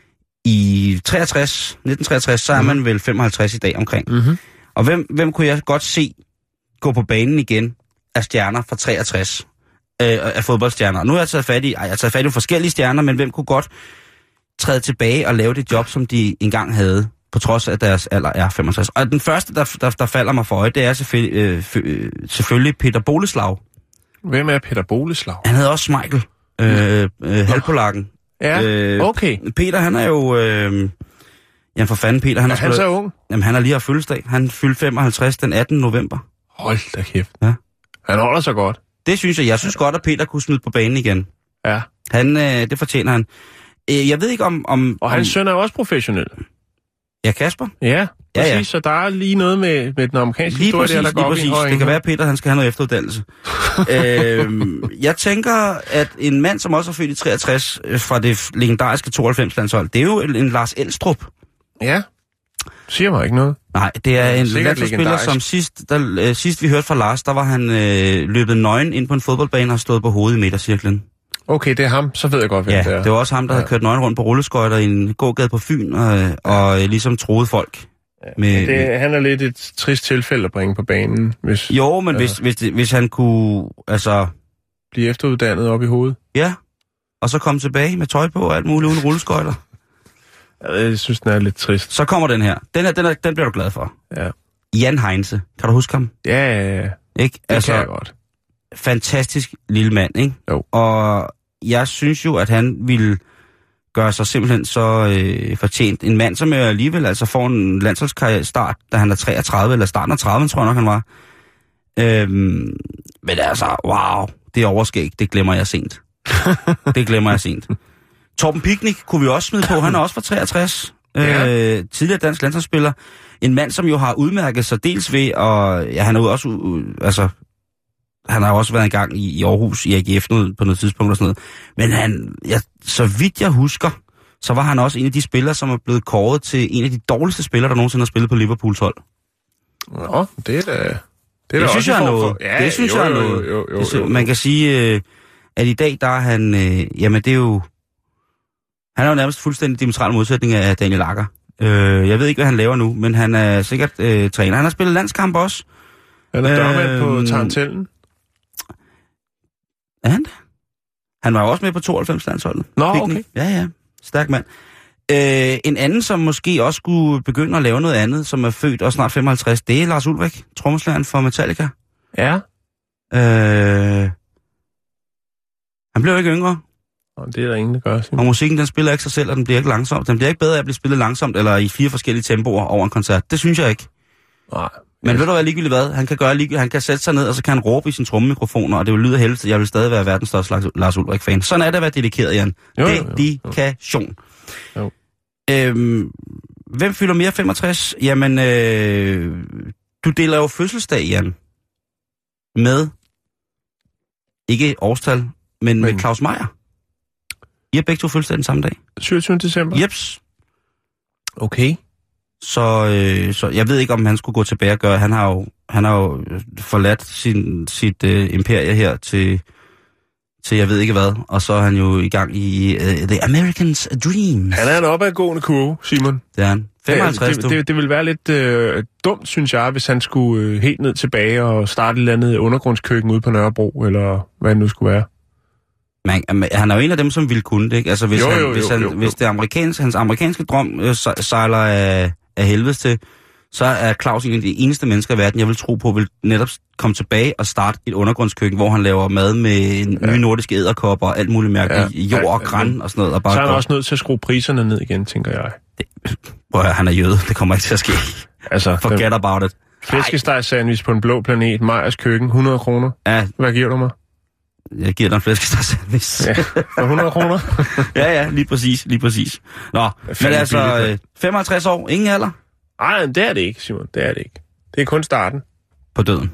1963, så er man vel 55 i dag omkring. Mm-hmm. Og hvem kunne jeg godt se gå på banen igen af stjerner fra 63? Af fodboldstjerner. Nu har jeg taget fat i forskellige stjerner, men hvem kunne godt træde tilbage og lave det job, som de engang havde, på trods af at deres alder er 65. Og den første, der falder mig for øje, det er selvfølgelig Peter Boleslav. Hvem er Peter Boleslav? Han hedder også Schmeichel, halvpolakken. Ja, okay. Peter, han er jo... jamen for fanden, Peter, han er så ung? Jamen, han har lige haft fødselsdag. Han fyldte 55 den 18. november. Hold da kæft. Ja. Han holder så godt. Det synes jeg. Jeg synes godt, at Peter kunne smide på banen igen. Ja. Det fortjener han. Jeg ved ikke om... Og hans søn er også professionel. Ja, Kasper? Ja, præcis. Ja. Så der er lige noget med den amerikanske lige historie, præcis, der går lige præcis. Det kan være, at Peter han skal have noget efteruddannelse. Jeg tænker, at en mand, som også er født i 63 fra det legendariske 92-landshold, det er jo en Lars Elstrup. Ja. Siger mig ikke noget. Nej, det er en landsholdsspiller, som sidst vi hørte fra Lars, der var han løbet nøgen ind på en fodboldbane og stået på hovedet i midtercirklen. Okay, det er ham. Så ved jeg godt, hvem det er. Det var også ham, der havde kørt nøgen rundt på rulleskøjter i en gågade på Fyn og ligesom troede folk. Ja, han er lidt et trist tilfælde at bringe på banen. Hvis han kunne blive efteruddannet op i hovedet. Ja, og så komme tilbage med tøj på og alt muligt uden rulleskøjter. Jeg synes, den er lidt trist. Så kommer den her. Den bliver du glad for. Ja. Jan Heinze. Kan du huske ham? Ja. Ikke? Det kan jeg godt. Fantastisk lille mand, ikke? Jo. Og jeg synes jo, at han ville gøre sig simpelthen så fortjent. En mand, som alligevel altså får en landsholdskarriere start, da han er 33, eller starten af 30, tror jeg nok, han var. Men altså, wow, det er overskæg. Det glemmer jeg sent. Torben Picnic kunne vi også smide på. Han er også fra 63. Ja. Tidligere dansk landsholdsspiller. En mand, som jo har udmærket sig dels ved, og ja, han er jo også... han har også været engang i Aarhus i AGF på noget tidspunkt og sådan noget. Men så vidt jeg husker, så var han også en af de spillere, som er blevet kåret til en af de dårligste spillere, der nogensinde har spillet på Liverpools hold. Nå, det er da... Det synes jeg er noget. Ja, det synes jeg er noget. Jo. Man kan sige, at i dag, der er han... jamen, det er jo... Han er jo nærmest fuldstændig diametral modsætning af Daniel Agger. Jeg ved ikke, hvad han laver nu, men han er sikkert træner. Han har spillet landskamp også. Han er dørmand på Tarantellen. Er han det? Han var jo også med på 92-landsholdet. Nå, okay. Ja. Stærk mand. En anden, som måske også skulle begynde at lave noget andet, som er født og snart 55, det er Lars Ulrik, trommeslageren for Metallica. Ja. Han blev ikke yngre. Det er der ingen, der gør. Og musikken, den spiller ikke sig selv, og den bliver ikke langsomt. Den bliver ikke bedre af at blive spillet langsomt, eller i 4 forskellige tempoer over en koncert. Det synes jeg ikke. Nej. Men ved du hvad, ligegyldigt hvad? Han kan sætte sig ned, og så kan han råbe i sin trommemikrofoner, og det vil lyde helst, jeg vil stadig være verdens største Lars Ulrik-fan. Sådan er det at være dedikeret, Jan. Dedikation. Jo. Hvem fylder mere 65? Jamen, du deler jo fødselsdag, Jan. Med, ikke årstal, men med Claus Meyer. I har begge to fødselsdag den samme dag. 27. december? Jeps. Okay. Så jeg ved ikke, om han skulle gå tilbage og gøre. Han har jo forladt sit imperie her til jeg ved ikke hvad, og så er han jo i gang i The Americans Dreams. Han er en opadgående kurve, Simon. Det er han. 55, det vil være lidt dumt, synes jeg, hvis han skulle helt ned tilbage og starte et eller andet undergrundskøkken ude på Nørrebro, eller hvad det nu skulle være. Men han er jo en af dem, som ville kunne det, ikke? Altså, hvis hans amerikanske drøm sejler af helvedes til, så er Claus en af de eneste mennesker i verden, jeg vil tro på, vil netop komme tilbage og starte et undergrundskøkken, hvor han laver mad med nye nordiske edderkopper og alt muligt mærkeligt, jord og gran og sådan noget. Og bare så er han også nødt til at skrue priserne ned igen, tænker jeg. Han er jøde, det kommer ikke til at ske. Altså, forget about it. Flæskesteg-sandwich på en blå planet, Meyers køkken, 100 kroner. Ja. Hvad giver du mig? Jeg giver dig en flæskesteg-sandwich. Ja, for 100 kroner? ja, lige præcis. Nå, men altså, 55 år, ingen alder? Nej, det er det ikke, Simon. Det er det ikke. Det er kun starten. På døden.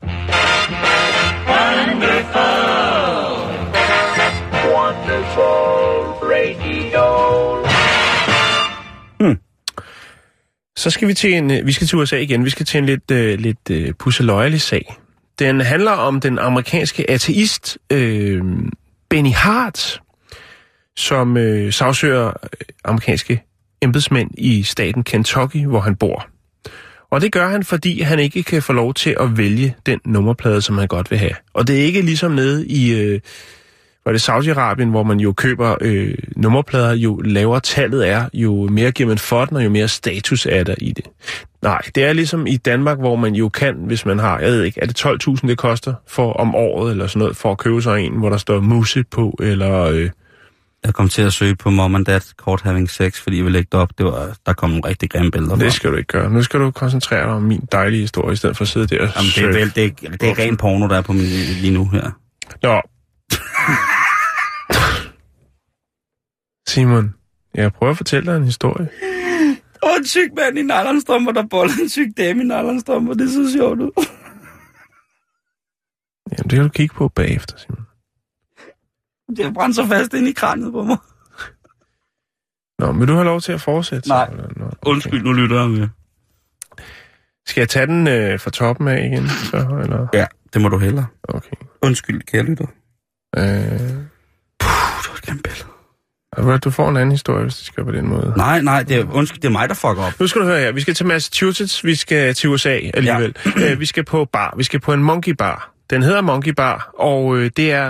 Så skal vi til USA igen. Vi skal til en lidt pusseløjelig sag. Den handler om den amerikanske ateist Benny Hart, som sagsøger amerikanske embedsmænd i staten Kentucky, hvor han bor. Og det gør han, fordi han ikke kan få lov til at vælge den nummerplade, som han godt vil have. Og det er ikke ligesom nede i Saudi-Arabien, hvor man jo køber nummerplader, jo lavere tallet er, jo mere giver man for den, og jo mere status er der i det. Nej, det er ligesom i Danmark, hvor man jo kan, hvis man har, jeg ved ikke, er det 12.000 det koster for om året, eller sådan noget, for at købe sig en, hvor der står Musse på, eller... Jeg kom til at søge på Mom and Dad Caught Having Sex, fordi jeg ville lægge det op. Der kom nogle rigtig grimme billeder. Det skal du ikke gøre. Nu skal du koncentrere dig om min dejlige historie, i stedet for at sidde der og søge. Det er ren porno, der er på min lige nu her. Nå. Simon, jeg prøver at fortælle dig en historie. Og en syg mand i nylonstrømper, der boller en syg dame i nylonstrømper. Det er så sjovt ud. Jamen, det kan du kigge på bagefter, Simon. Det har brændt så fast ind i kranet på mig. Nå, men du har lov til at fortsætte? Nej, okay. Undskyld, nu lytter jeg med. Skal jeg tage den fra toppen af igen? Så, eller? Ja, det må du hellere. Okay. Undskyld, kære lytter. Det var et grimt billede. Du får en anden historie, hvis det skal på den måde. Nej, det er mig, der fucker op. Nu skal du høre her. Vi skal til Massachusetts, vi skal til USA alligevel. Ja. Vi skal på bar. Vi skal på en monkey bar. Den hedder Monkey Bar, og det er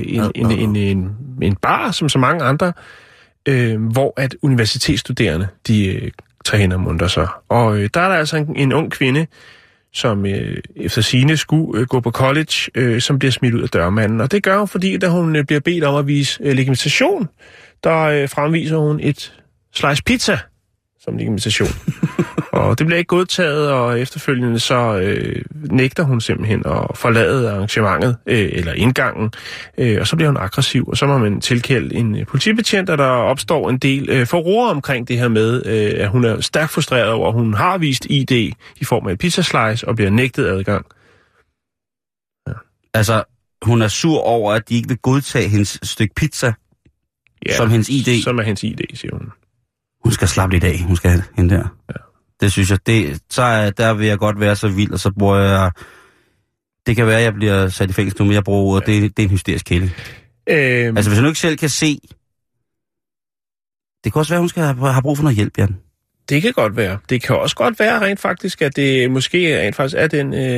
en bar, som så mange andre, hvor at universitetsstuderende, de træner munter sig. Og der er der altså en ung kvinde, som efter sigende skulle gå på college, som bliver smidt ud af dørmanden. Og det gør hun, fordi da hun bliver bedt om at vise legitimation, der fremviser hun et slice pizza som legitimation. Og det bliver ikke godtaget, og efterfølgende så nægter hun simpelthen at forlade arrangementet, eller indgangen, og så bliver hun aggressiv, og så må man tilkalde en politibetjent, og der opstår en del forroer omkring det her med, at hun er stærkt frustreret over, at hun har vist ID i form af et pizzaslice, og bliver nægtet adgang. Ja. Altså, hun er sur over, at de ikke vil godtage hendes stykke pizza, som hendes ID. Som er hendes ID, siger hun. Hun skal slappe lidt af, hun skal have hende der. Ja. Det synes jeg, der vil jeg godt være så vild, og så bruger jeg... Det kan være, at jeg bliver sat i fængsel nu, men jeg bruger ordet, det er en hysterisk kælling. Altså, hvis hun ikke selv kan se... Det kan også være, at hun skal have brug for noget hjælp, Jan. Det kan godt være. Det kan også godt være rent faktisk, at det måske rent faktisk er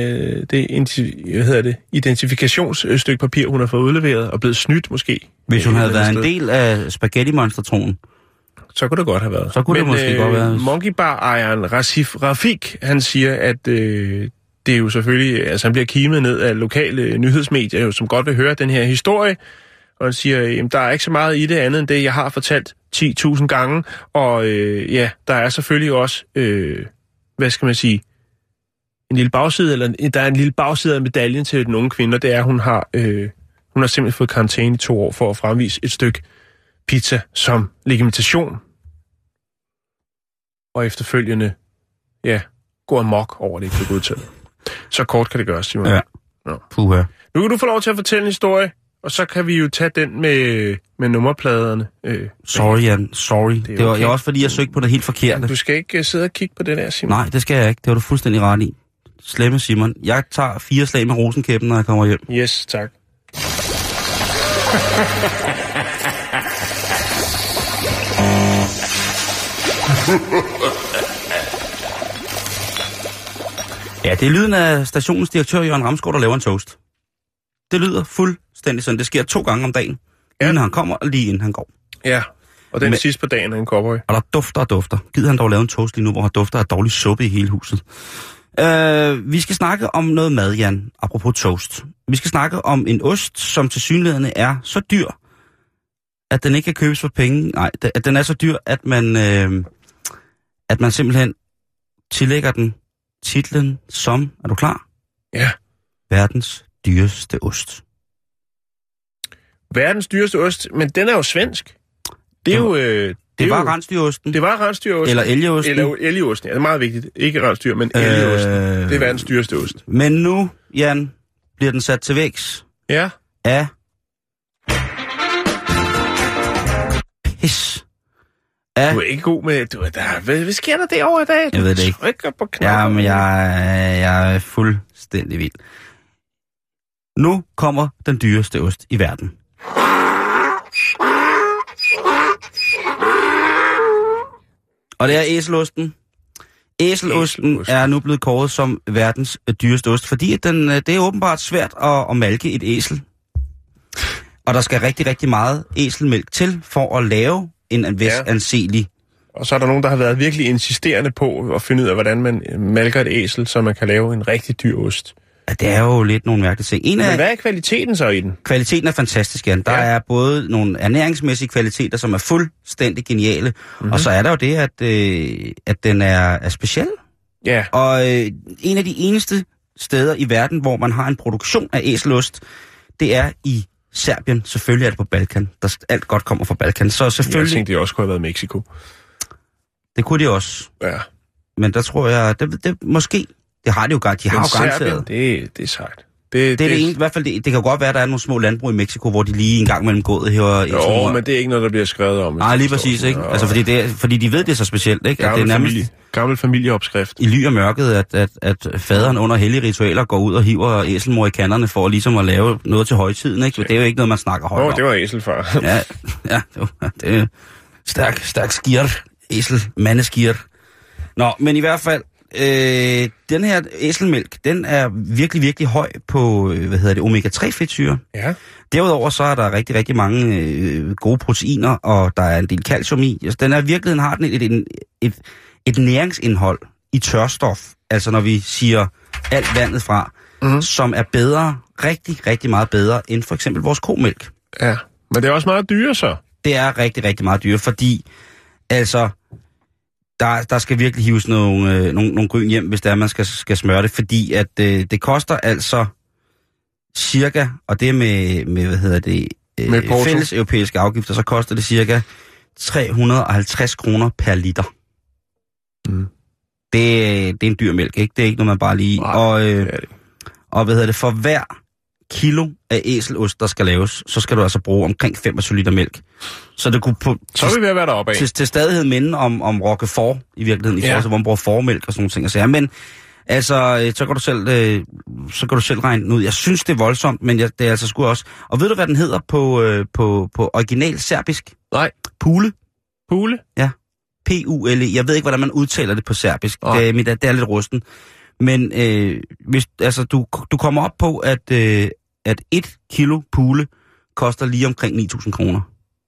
det identifikationsstykke papir, hun har fået udleveret og blevet snydt måske. Hvis hun havde været en del af spaghetti-monstertronen. Så kunne det godt have været. Så kunne det måske godt være. Monkey Bar-ejeren Rafik, han siger, at det er jo selvfølgelig... Altså, han bliver kimet ned af lokale nyhedsmedier, som godt vil høre den her historie. Og han siger, jamen, der er ikke så meget i det andet end det, jeg har fortalt 10.000 gange. Og der er selvfølgelig også, hvad skal man sige, en lille bagside, eller der er en lille bagside af medaljen til den unge kvinde, det er, hun har simpelthen fået karantæne i 2 år for at fremvise et stykke pizza som legitimation. Og efterfølgende, går amok over det ikke bliver godtaget. Så kort kan det gøres, Simon. Ja. Puha. Nu kan du få lov til at fortælle en historie, og så kan vi jo tage den med nummerpladerne. Sorry, Jan. Sorry. Det var okay. Også fordi, jeg søgte på det helt forkerte. Du skal ikke sidde og kigge på det der, Simon. Nej, det skal jeg ikke. Det var du fuldstændig ret i. Slemme, Simon. Jeg tager 4 slag med rosenkæppen, når jeg kommer hjem. Yes, tak. Ja, det er lyden af stationens direktør, Jørgen Ramsgaard, der laver en toast. Det lyder fuldstændig sådan. Det sker 2 gange om dagen. Ja. Inden han kommer, og lige inden han går. Ja, og den sidste på dagen er en cowboy. Og der dufter og dufter. Gider han dog lave en toast lige nu, hvor der dufter af dårlig suppe i hele huset. Vi skal snakke om noget mad, Jan, apropos toast. Vi skal snakke om en ost, som tilsyneladende er så dyr, at den ikke kan købes for penge. Nej, at den er så dyr, at man simpelthen tillægger den titlen som, er du klar? Ja. Verdens dyreste ost. Verdens dyreste ost, men den er jo svensk. Det er jo... Det var rensdyrosten. Det var rensdyrosten. Eller elgeosten. Eller elgeosten, ja, det er meget vigtigt. Ikke rensdyr, men elgeosten. Det er verdens dyreste ost. Men nu, Jan, bliver den sat til vægs. Ja. Af pis. Af... Du er ikke god med... Hvad sker der derovre i dag? Jeg ved det ikke. Trykker på knappen. Ja, men jeg er fuldstændig vild. Nu kommer den dyreste ost i verden. Og det er æselosten. Æselosten er nu blevet kåret som verdens dyreste ost, fordi det er åbenbart svært at malke et æsel. Og der skal rigtig, rigtig meget æselmælk til for at lave en anselig. Og så er der nogen, der har været virkelig insisterende på at finde ud af, hvordan man malker et æsel, så man kan lave en rigtig dyr ost. Ja, det er jo lidt nogle mærkelige ting. Men hvad er kvaliteten så i den? Kvaliteten er fantastisk, Jan. Der er både nogle ernæringsmæssige kvaliteter, som er fuldstændig geniale, og så er der jo det, at den er speciel. Ja. Og en af de eneste steder i verden, hvor man har en produktion af æselost, det er i Serbien. Selvfølgelig er det på Balkan. Alt godt kommer fra Balkan. Så selvfølgelig... Jeg tænkte, det også kunne have været Mexico. Det kunne de også. Ja. Men der tror jeg, det måske... Det har de jo godt. De har jo garanteret. Det er sejt. Det er det eneste, i hvert fald det kan jo godt være, at der er nogle små landbrug i Mexico, hvor de lige en gang mellem gået her. Jo, men det er ikke noget, der bliver skrevet om. Nej, lige præcis, ikke? Altså, fordi de ved, det er så specielt, ikke? Gammel familieopskrift. I ly og mørket, at faderen under hellige ritualer går ud og hiver æselmor i kanderne for ligesom at lave noget til højtiden, ikke? Det er jo ikke noget, man snakker højt om. Det var æselfar. ja, det er stærk skirt. Mandeskirte. Nå, men i hvert fald, den her æselmælk, den er virkelig, virkelig høj på, omega-3 fedtsyre. Ja. Derudover så er der rigtig, rigtig mange gode proteiner, og der er en del calcium i. Altså, den er virkeligheden har den et næringsindhold i tørstof, altså når vi siger alt vandet fra, som er bedre, rigtig, rigtig meget bedre, end for eksempel vores komælk. Ja, men det er også meget dyre så. Det er rigtig, rigtig meget dyre, fordi altså... Der skal virkelig hives nogle gryn hjem, hvis det er, man skal smøre det, fordi at det koster altså cirka, og det med fælles europæiske afgifter, så koster det cirka 350 kroner per liter. Mm. Det er en dyr mælk, ikke? Det er ikke noget, man bare lige... Nej, og for hver kilo af æselost, der skal laves, så skal du altså bruge omkring 25 liter mælk. Så det kunne så er vi ved at være deroppe af. Til stadighed minde om Roquefort i virkeligheden, i forhold til, hvor man bruger formælk og sådan nogle ting. Altså, ja, men altså, så kan du selv regne ud. Jeg synes, det er voldsomt, men det er altså sgu også... Og ved du, hvad den hedder på original serbisk? Nej. Pule. Pule? Ja. P-U-L-E. Jeg ved ikke, hvordan man udtaler det på serbisk. Det er lidt rusten. Men hvis altså du kommer op på, at 1 kilo pule koster lige omkring 9.000 kroner.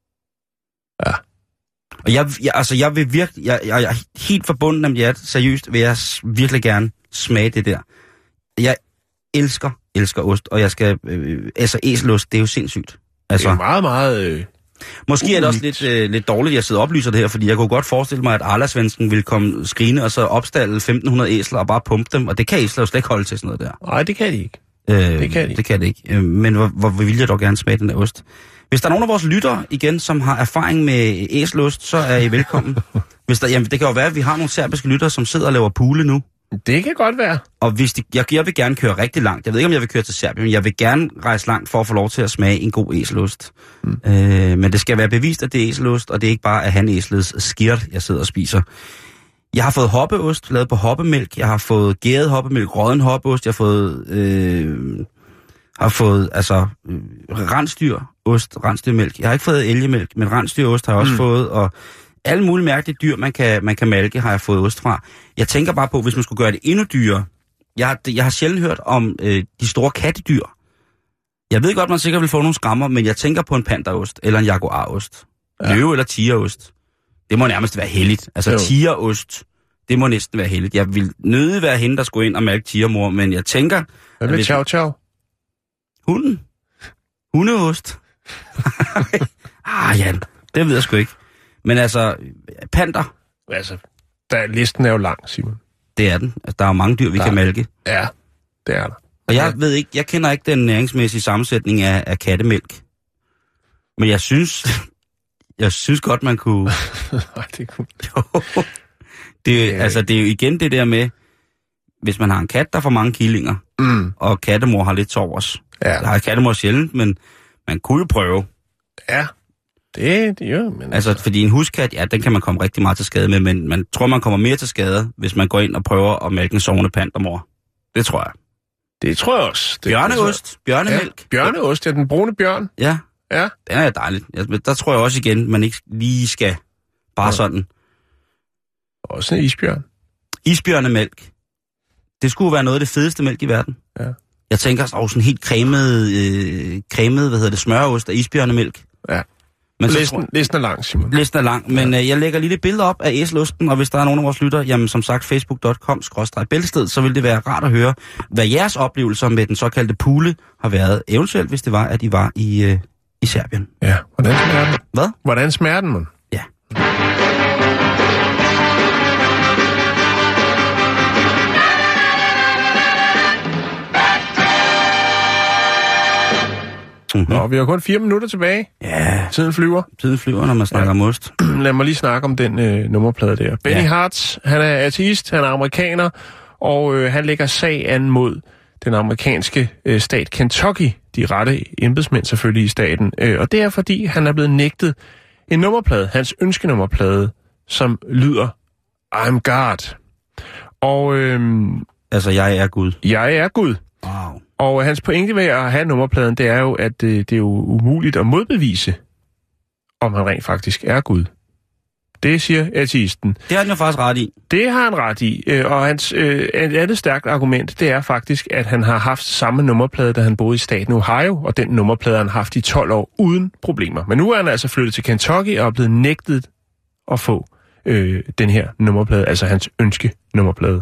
Ja. Og jeg vil virkelig, jeg er helt forbundet med jer, seriøst vil jeg virkelig gerne smage det der. Jeg elsker ost, og jeg skal, æselost, det er jo sindssygt. Altså, det er meget, meget... Måske er det også lidt dårligt, at jeg sidder og oplyser det her, fordi jeg kunne godt forestille mig, at Arlasvensken ville komme skrine og så opstalle 1.500 æsler og bare pumpe dem, og det kan æsler jo slet ikke holde til sådan noget der. Nej, det kan de ikke. Det kan det ikke. Men hvor vil jeg dog gerne smage den der ost. Hvis der er nogen af vores lyttere igen, som har erfaring med æselost, så er I velkommen. Det kan jo være, at vi har nogle serbiske lyttere, som sidder og laver pule nu. Det kan godt være. Og hvis jeg vil gerne køre rigtig langt. Jeg ved ikke, om jeg vil køre til Serbien, men jeg vil gerne rejse langt for at få lov til at smage en god æselost. Men det skal være bevist, at det er æselost, og det er ikke bare at han æselets skirt, jeg sidder og spiser. Jeg har fået hoppeost, lavet på hoppemælk. Jeg har fået gæret hoppemælk, rådden hoppeost. Jeg har fået rensdyrmælk. Jeg har ikke fået elgemælk, men rensdyrost har jeg også fået, og alle mulige mærkelige dyr, man kan malke, har jeg fået ost fra. Jeg tænker bare på, hvis man skulle gøre det endnu dyrere. Jeg har sjældent hørt om de store kattedyr. Jeg ved godt, man sikkert vil få nogle skrammer, men jeg tænker på en pandaost eller en jaguarost. Løve eller tigerost. Det må nærmest være heldigt. Altså tigerost, det må næsten være heldigt. Jeg vil nødig være hende, der skulle ind og malke tigermor, men jeg tænker... Hvad med chow? Hunden? Hundeost? Jan, det ved jeg sgu ikke. Men altså, panter... Altså, listen er jo lang, Simon. Det er den. Altså, der er jo mange dyr, vi kan malke. Ja, det er der. Og jeg kender ikke den næringsmæssige sammensætning af kattemælk. Men jeg synes godt, man kunne... Nej, det kunne... Det er jo igen det der med, hvis man har en kat, der får mange killinger, og kattemor har lidt sovers. Ja. Der har kattemor sjældent, men man kunne jo prøve. Ja, det jo. Men altså, fordi en huskat, ja, den kan man komme rigtig meget til skade med, men man tror, man kommer mere til skade, hvis man går ind og prøver at mælke en sovende pantermor. Det tror jeg. Det tror jeg også. Bjørneost, bjørnemælk. Ja, bjørneost, ja, den brune bjørn. Ja, den er dejligt. Der tror jeg også igen, man ikke lige skal bare sådan. Også en isbjørn. Isbjørnemælk. Det skulle være noget af det fedeste mælk i verden. Ja. Jeg tænker sådan helt cremet, smøreost af isbjørnemælk. Ja. Men listen er lang, Simon. Listen er lang, men jeg lægger lige et billede op af æselosten, og hvis der er nogen af vores lytter, jamen som sagt facebook.com/bæltested, så vil det være rart at høre, hvad jeres oplevelser med den såkaldte pule har været, eventuelt hvis det var, at I var i Serbien. Ja, hvordan smager den? Hvad? Hvordan smager den, man? Ja. Nå, vi har kun 4 minutter tilbage. Ja. Tiden flyver. Tiden flyver, når man snakker om ost. Lad mig lige snakke om den nummerplade der. Benny Hartz, han er ateist, han er amerikaner, og han lægger sag an mod den amerikanske stat Kentucky, de rette embedsmænd selvfølgelig i staten. Og det er, fordi han er blevet nægtet en nummerplade, hans ønskenummerplade, som lyder I'm God. Og altså, jeg er Gud. Jeg er Gud. Wow. Og hans pointe ved at have nummerpladen, det er jo, at det er jo umuligt at modbevise, om han rent faktisk er Gud. Det siger ateisten. Det har han jo faktisk ret i. Det har han ret i. Og hans et andet stærkt argument, det er faktisk, at han har haft samme nummerplade, da han boede i staten Ohio, og den nummerplade han har haft i 12 år uden problemer. Men nu er han altså flyttet til Kentucky og er blevet nægtet at få den her nummerplade, altså hans ønskenummerplade.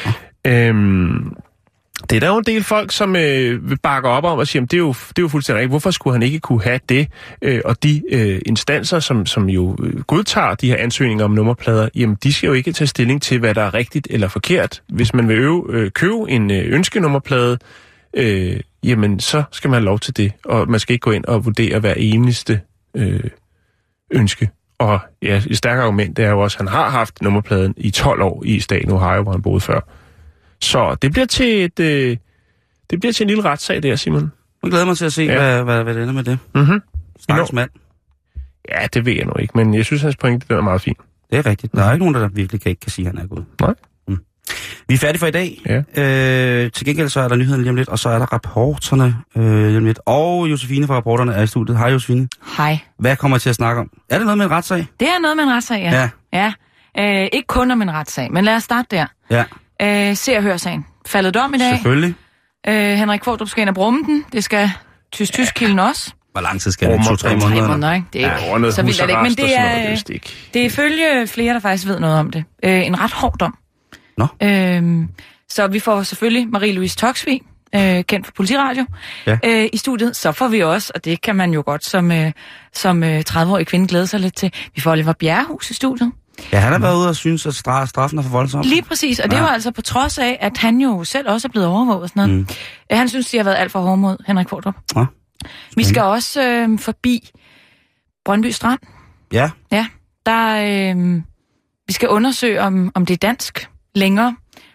Det er der jo en del folk, som vil bakke op om og sige, at det er jo fuldstændig rigtigt. Hvorfor skulle han ikke kunne have det? Og de instanser, som jo godtager de her ansøgninger om nummerplader, jamen de skal jo ikke tage stilling til, hvad der er rigtigt eller forkert. Hvis man vil købe en ønskenummerplade, jamen så skal man have lov til det. Og man skal ikke gå ind og vurdere hver eneste ønske. Og ja, et stærkt argument, det er jo også, at han har haft nummerpladen i 12 år i staten Ohio, hvor han boede før. Så det bliver til en lille retssag der, Simon. Jeg glæder mig til at se, hvad det ender med det. Stakkels mand. Ja, det ved jeg nu ikke, men jeg synes, hans pointe er meget fin. Det er rigtigt. Der er ikke nogen, der virkelig kan sige, at han er Gud. Nej. Vi er færdige for i dag. Ja. Til gengæld så er der nyhederne lige om lidt, og så er der rapporterne lige om lidt. Og Josefine fra rapporterne er i studiet. Hej Josefine. Hej. Hvad kommer jeg til at snakke om? Er det noget med en retssag? Det er noget med en retssag, ja. Ikke kun om en retssag, men lad os starte der. Ja. Se og hør sagen. Faldet dom i dag. Selvfølgelig. Henrik Qvortrup skal ind og brumme den. Det skal tysk-kilden også. Hvor lang tid skal det? 2-3 måneder? Ikke? Det er ikke så vildt, det ikke. Men det er ifølge flere, der faktisk ved noget om det. En ret hård dom. Nå. Så vi får selvfølgelig Marie-Louise Toksvig, kendt fra Politiradio, i studiet. Så får vi også, og det kan man jo godt som 30-årig kvinde glæde sig lidt til, vi får Oliver Bjerrehus i studiet. Ja, han har været ude og synes, at straffen er for voldsom. Lige præcis, og det var altså på trods af, at han jo selv også er blevet overvåget og sådan noget. Han synes, de har været alt for hårde mod Henrik Qvortrup. Ja. Vi skal også forbi Brøndby Strand. Ja. Ja, der vi skal undersøge, om det er dansk længere,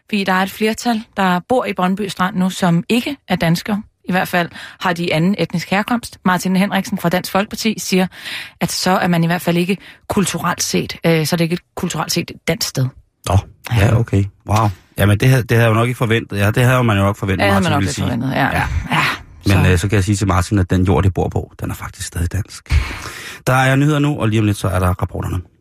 Fordi der er et flertal, der bor i Brøndby Strand nu, som ikke er danskere. I hvert fald har de anden etnisk herkomst. Martin Henriksen fra Dansk Folkeparti siger, at så er man i hvert fald ikke kulturelt set, så er det ikke et kulturelt set et dansk sted. Ja, okay. Wow. Jamen, det havde jeg jo nok ikke forventet. Ja, det havde man jo nok forventet, Martin Martin man nok ville sige. Forventet, ja. Men så kan jeg sige til Martin, at den jord, det bor på, den er faktisk stadig dansk. Der er nyheder nu, og lige om lidt, så er der rapporterne.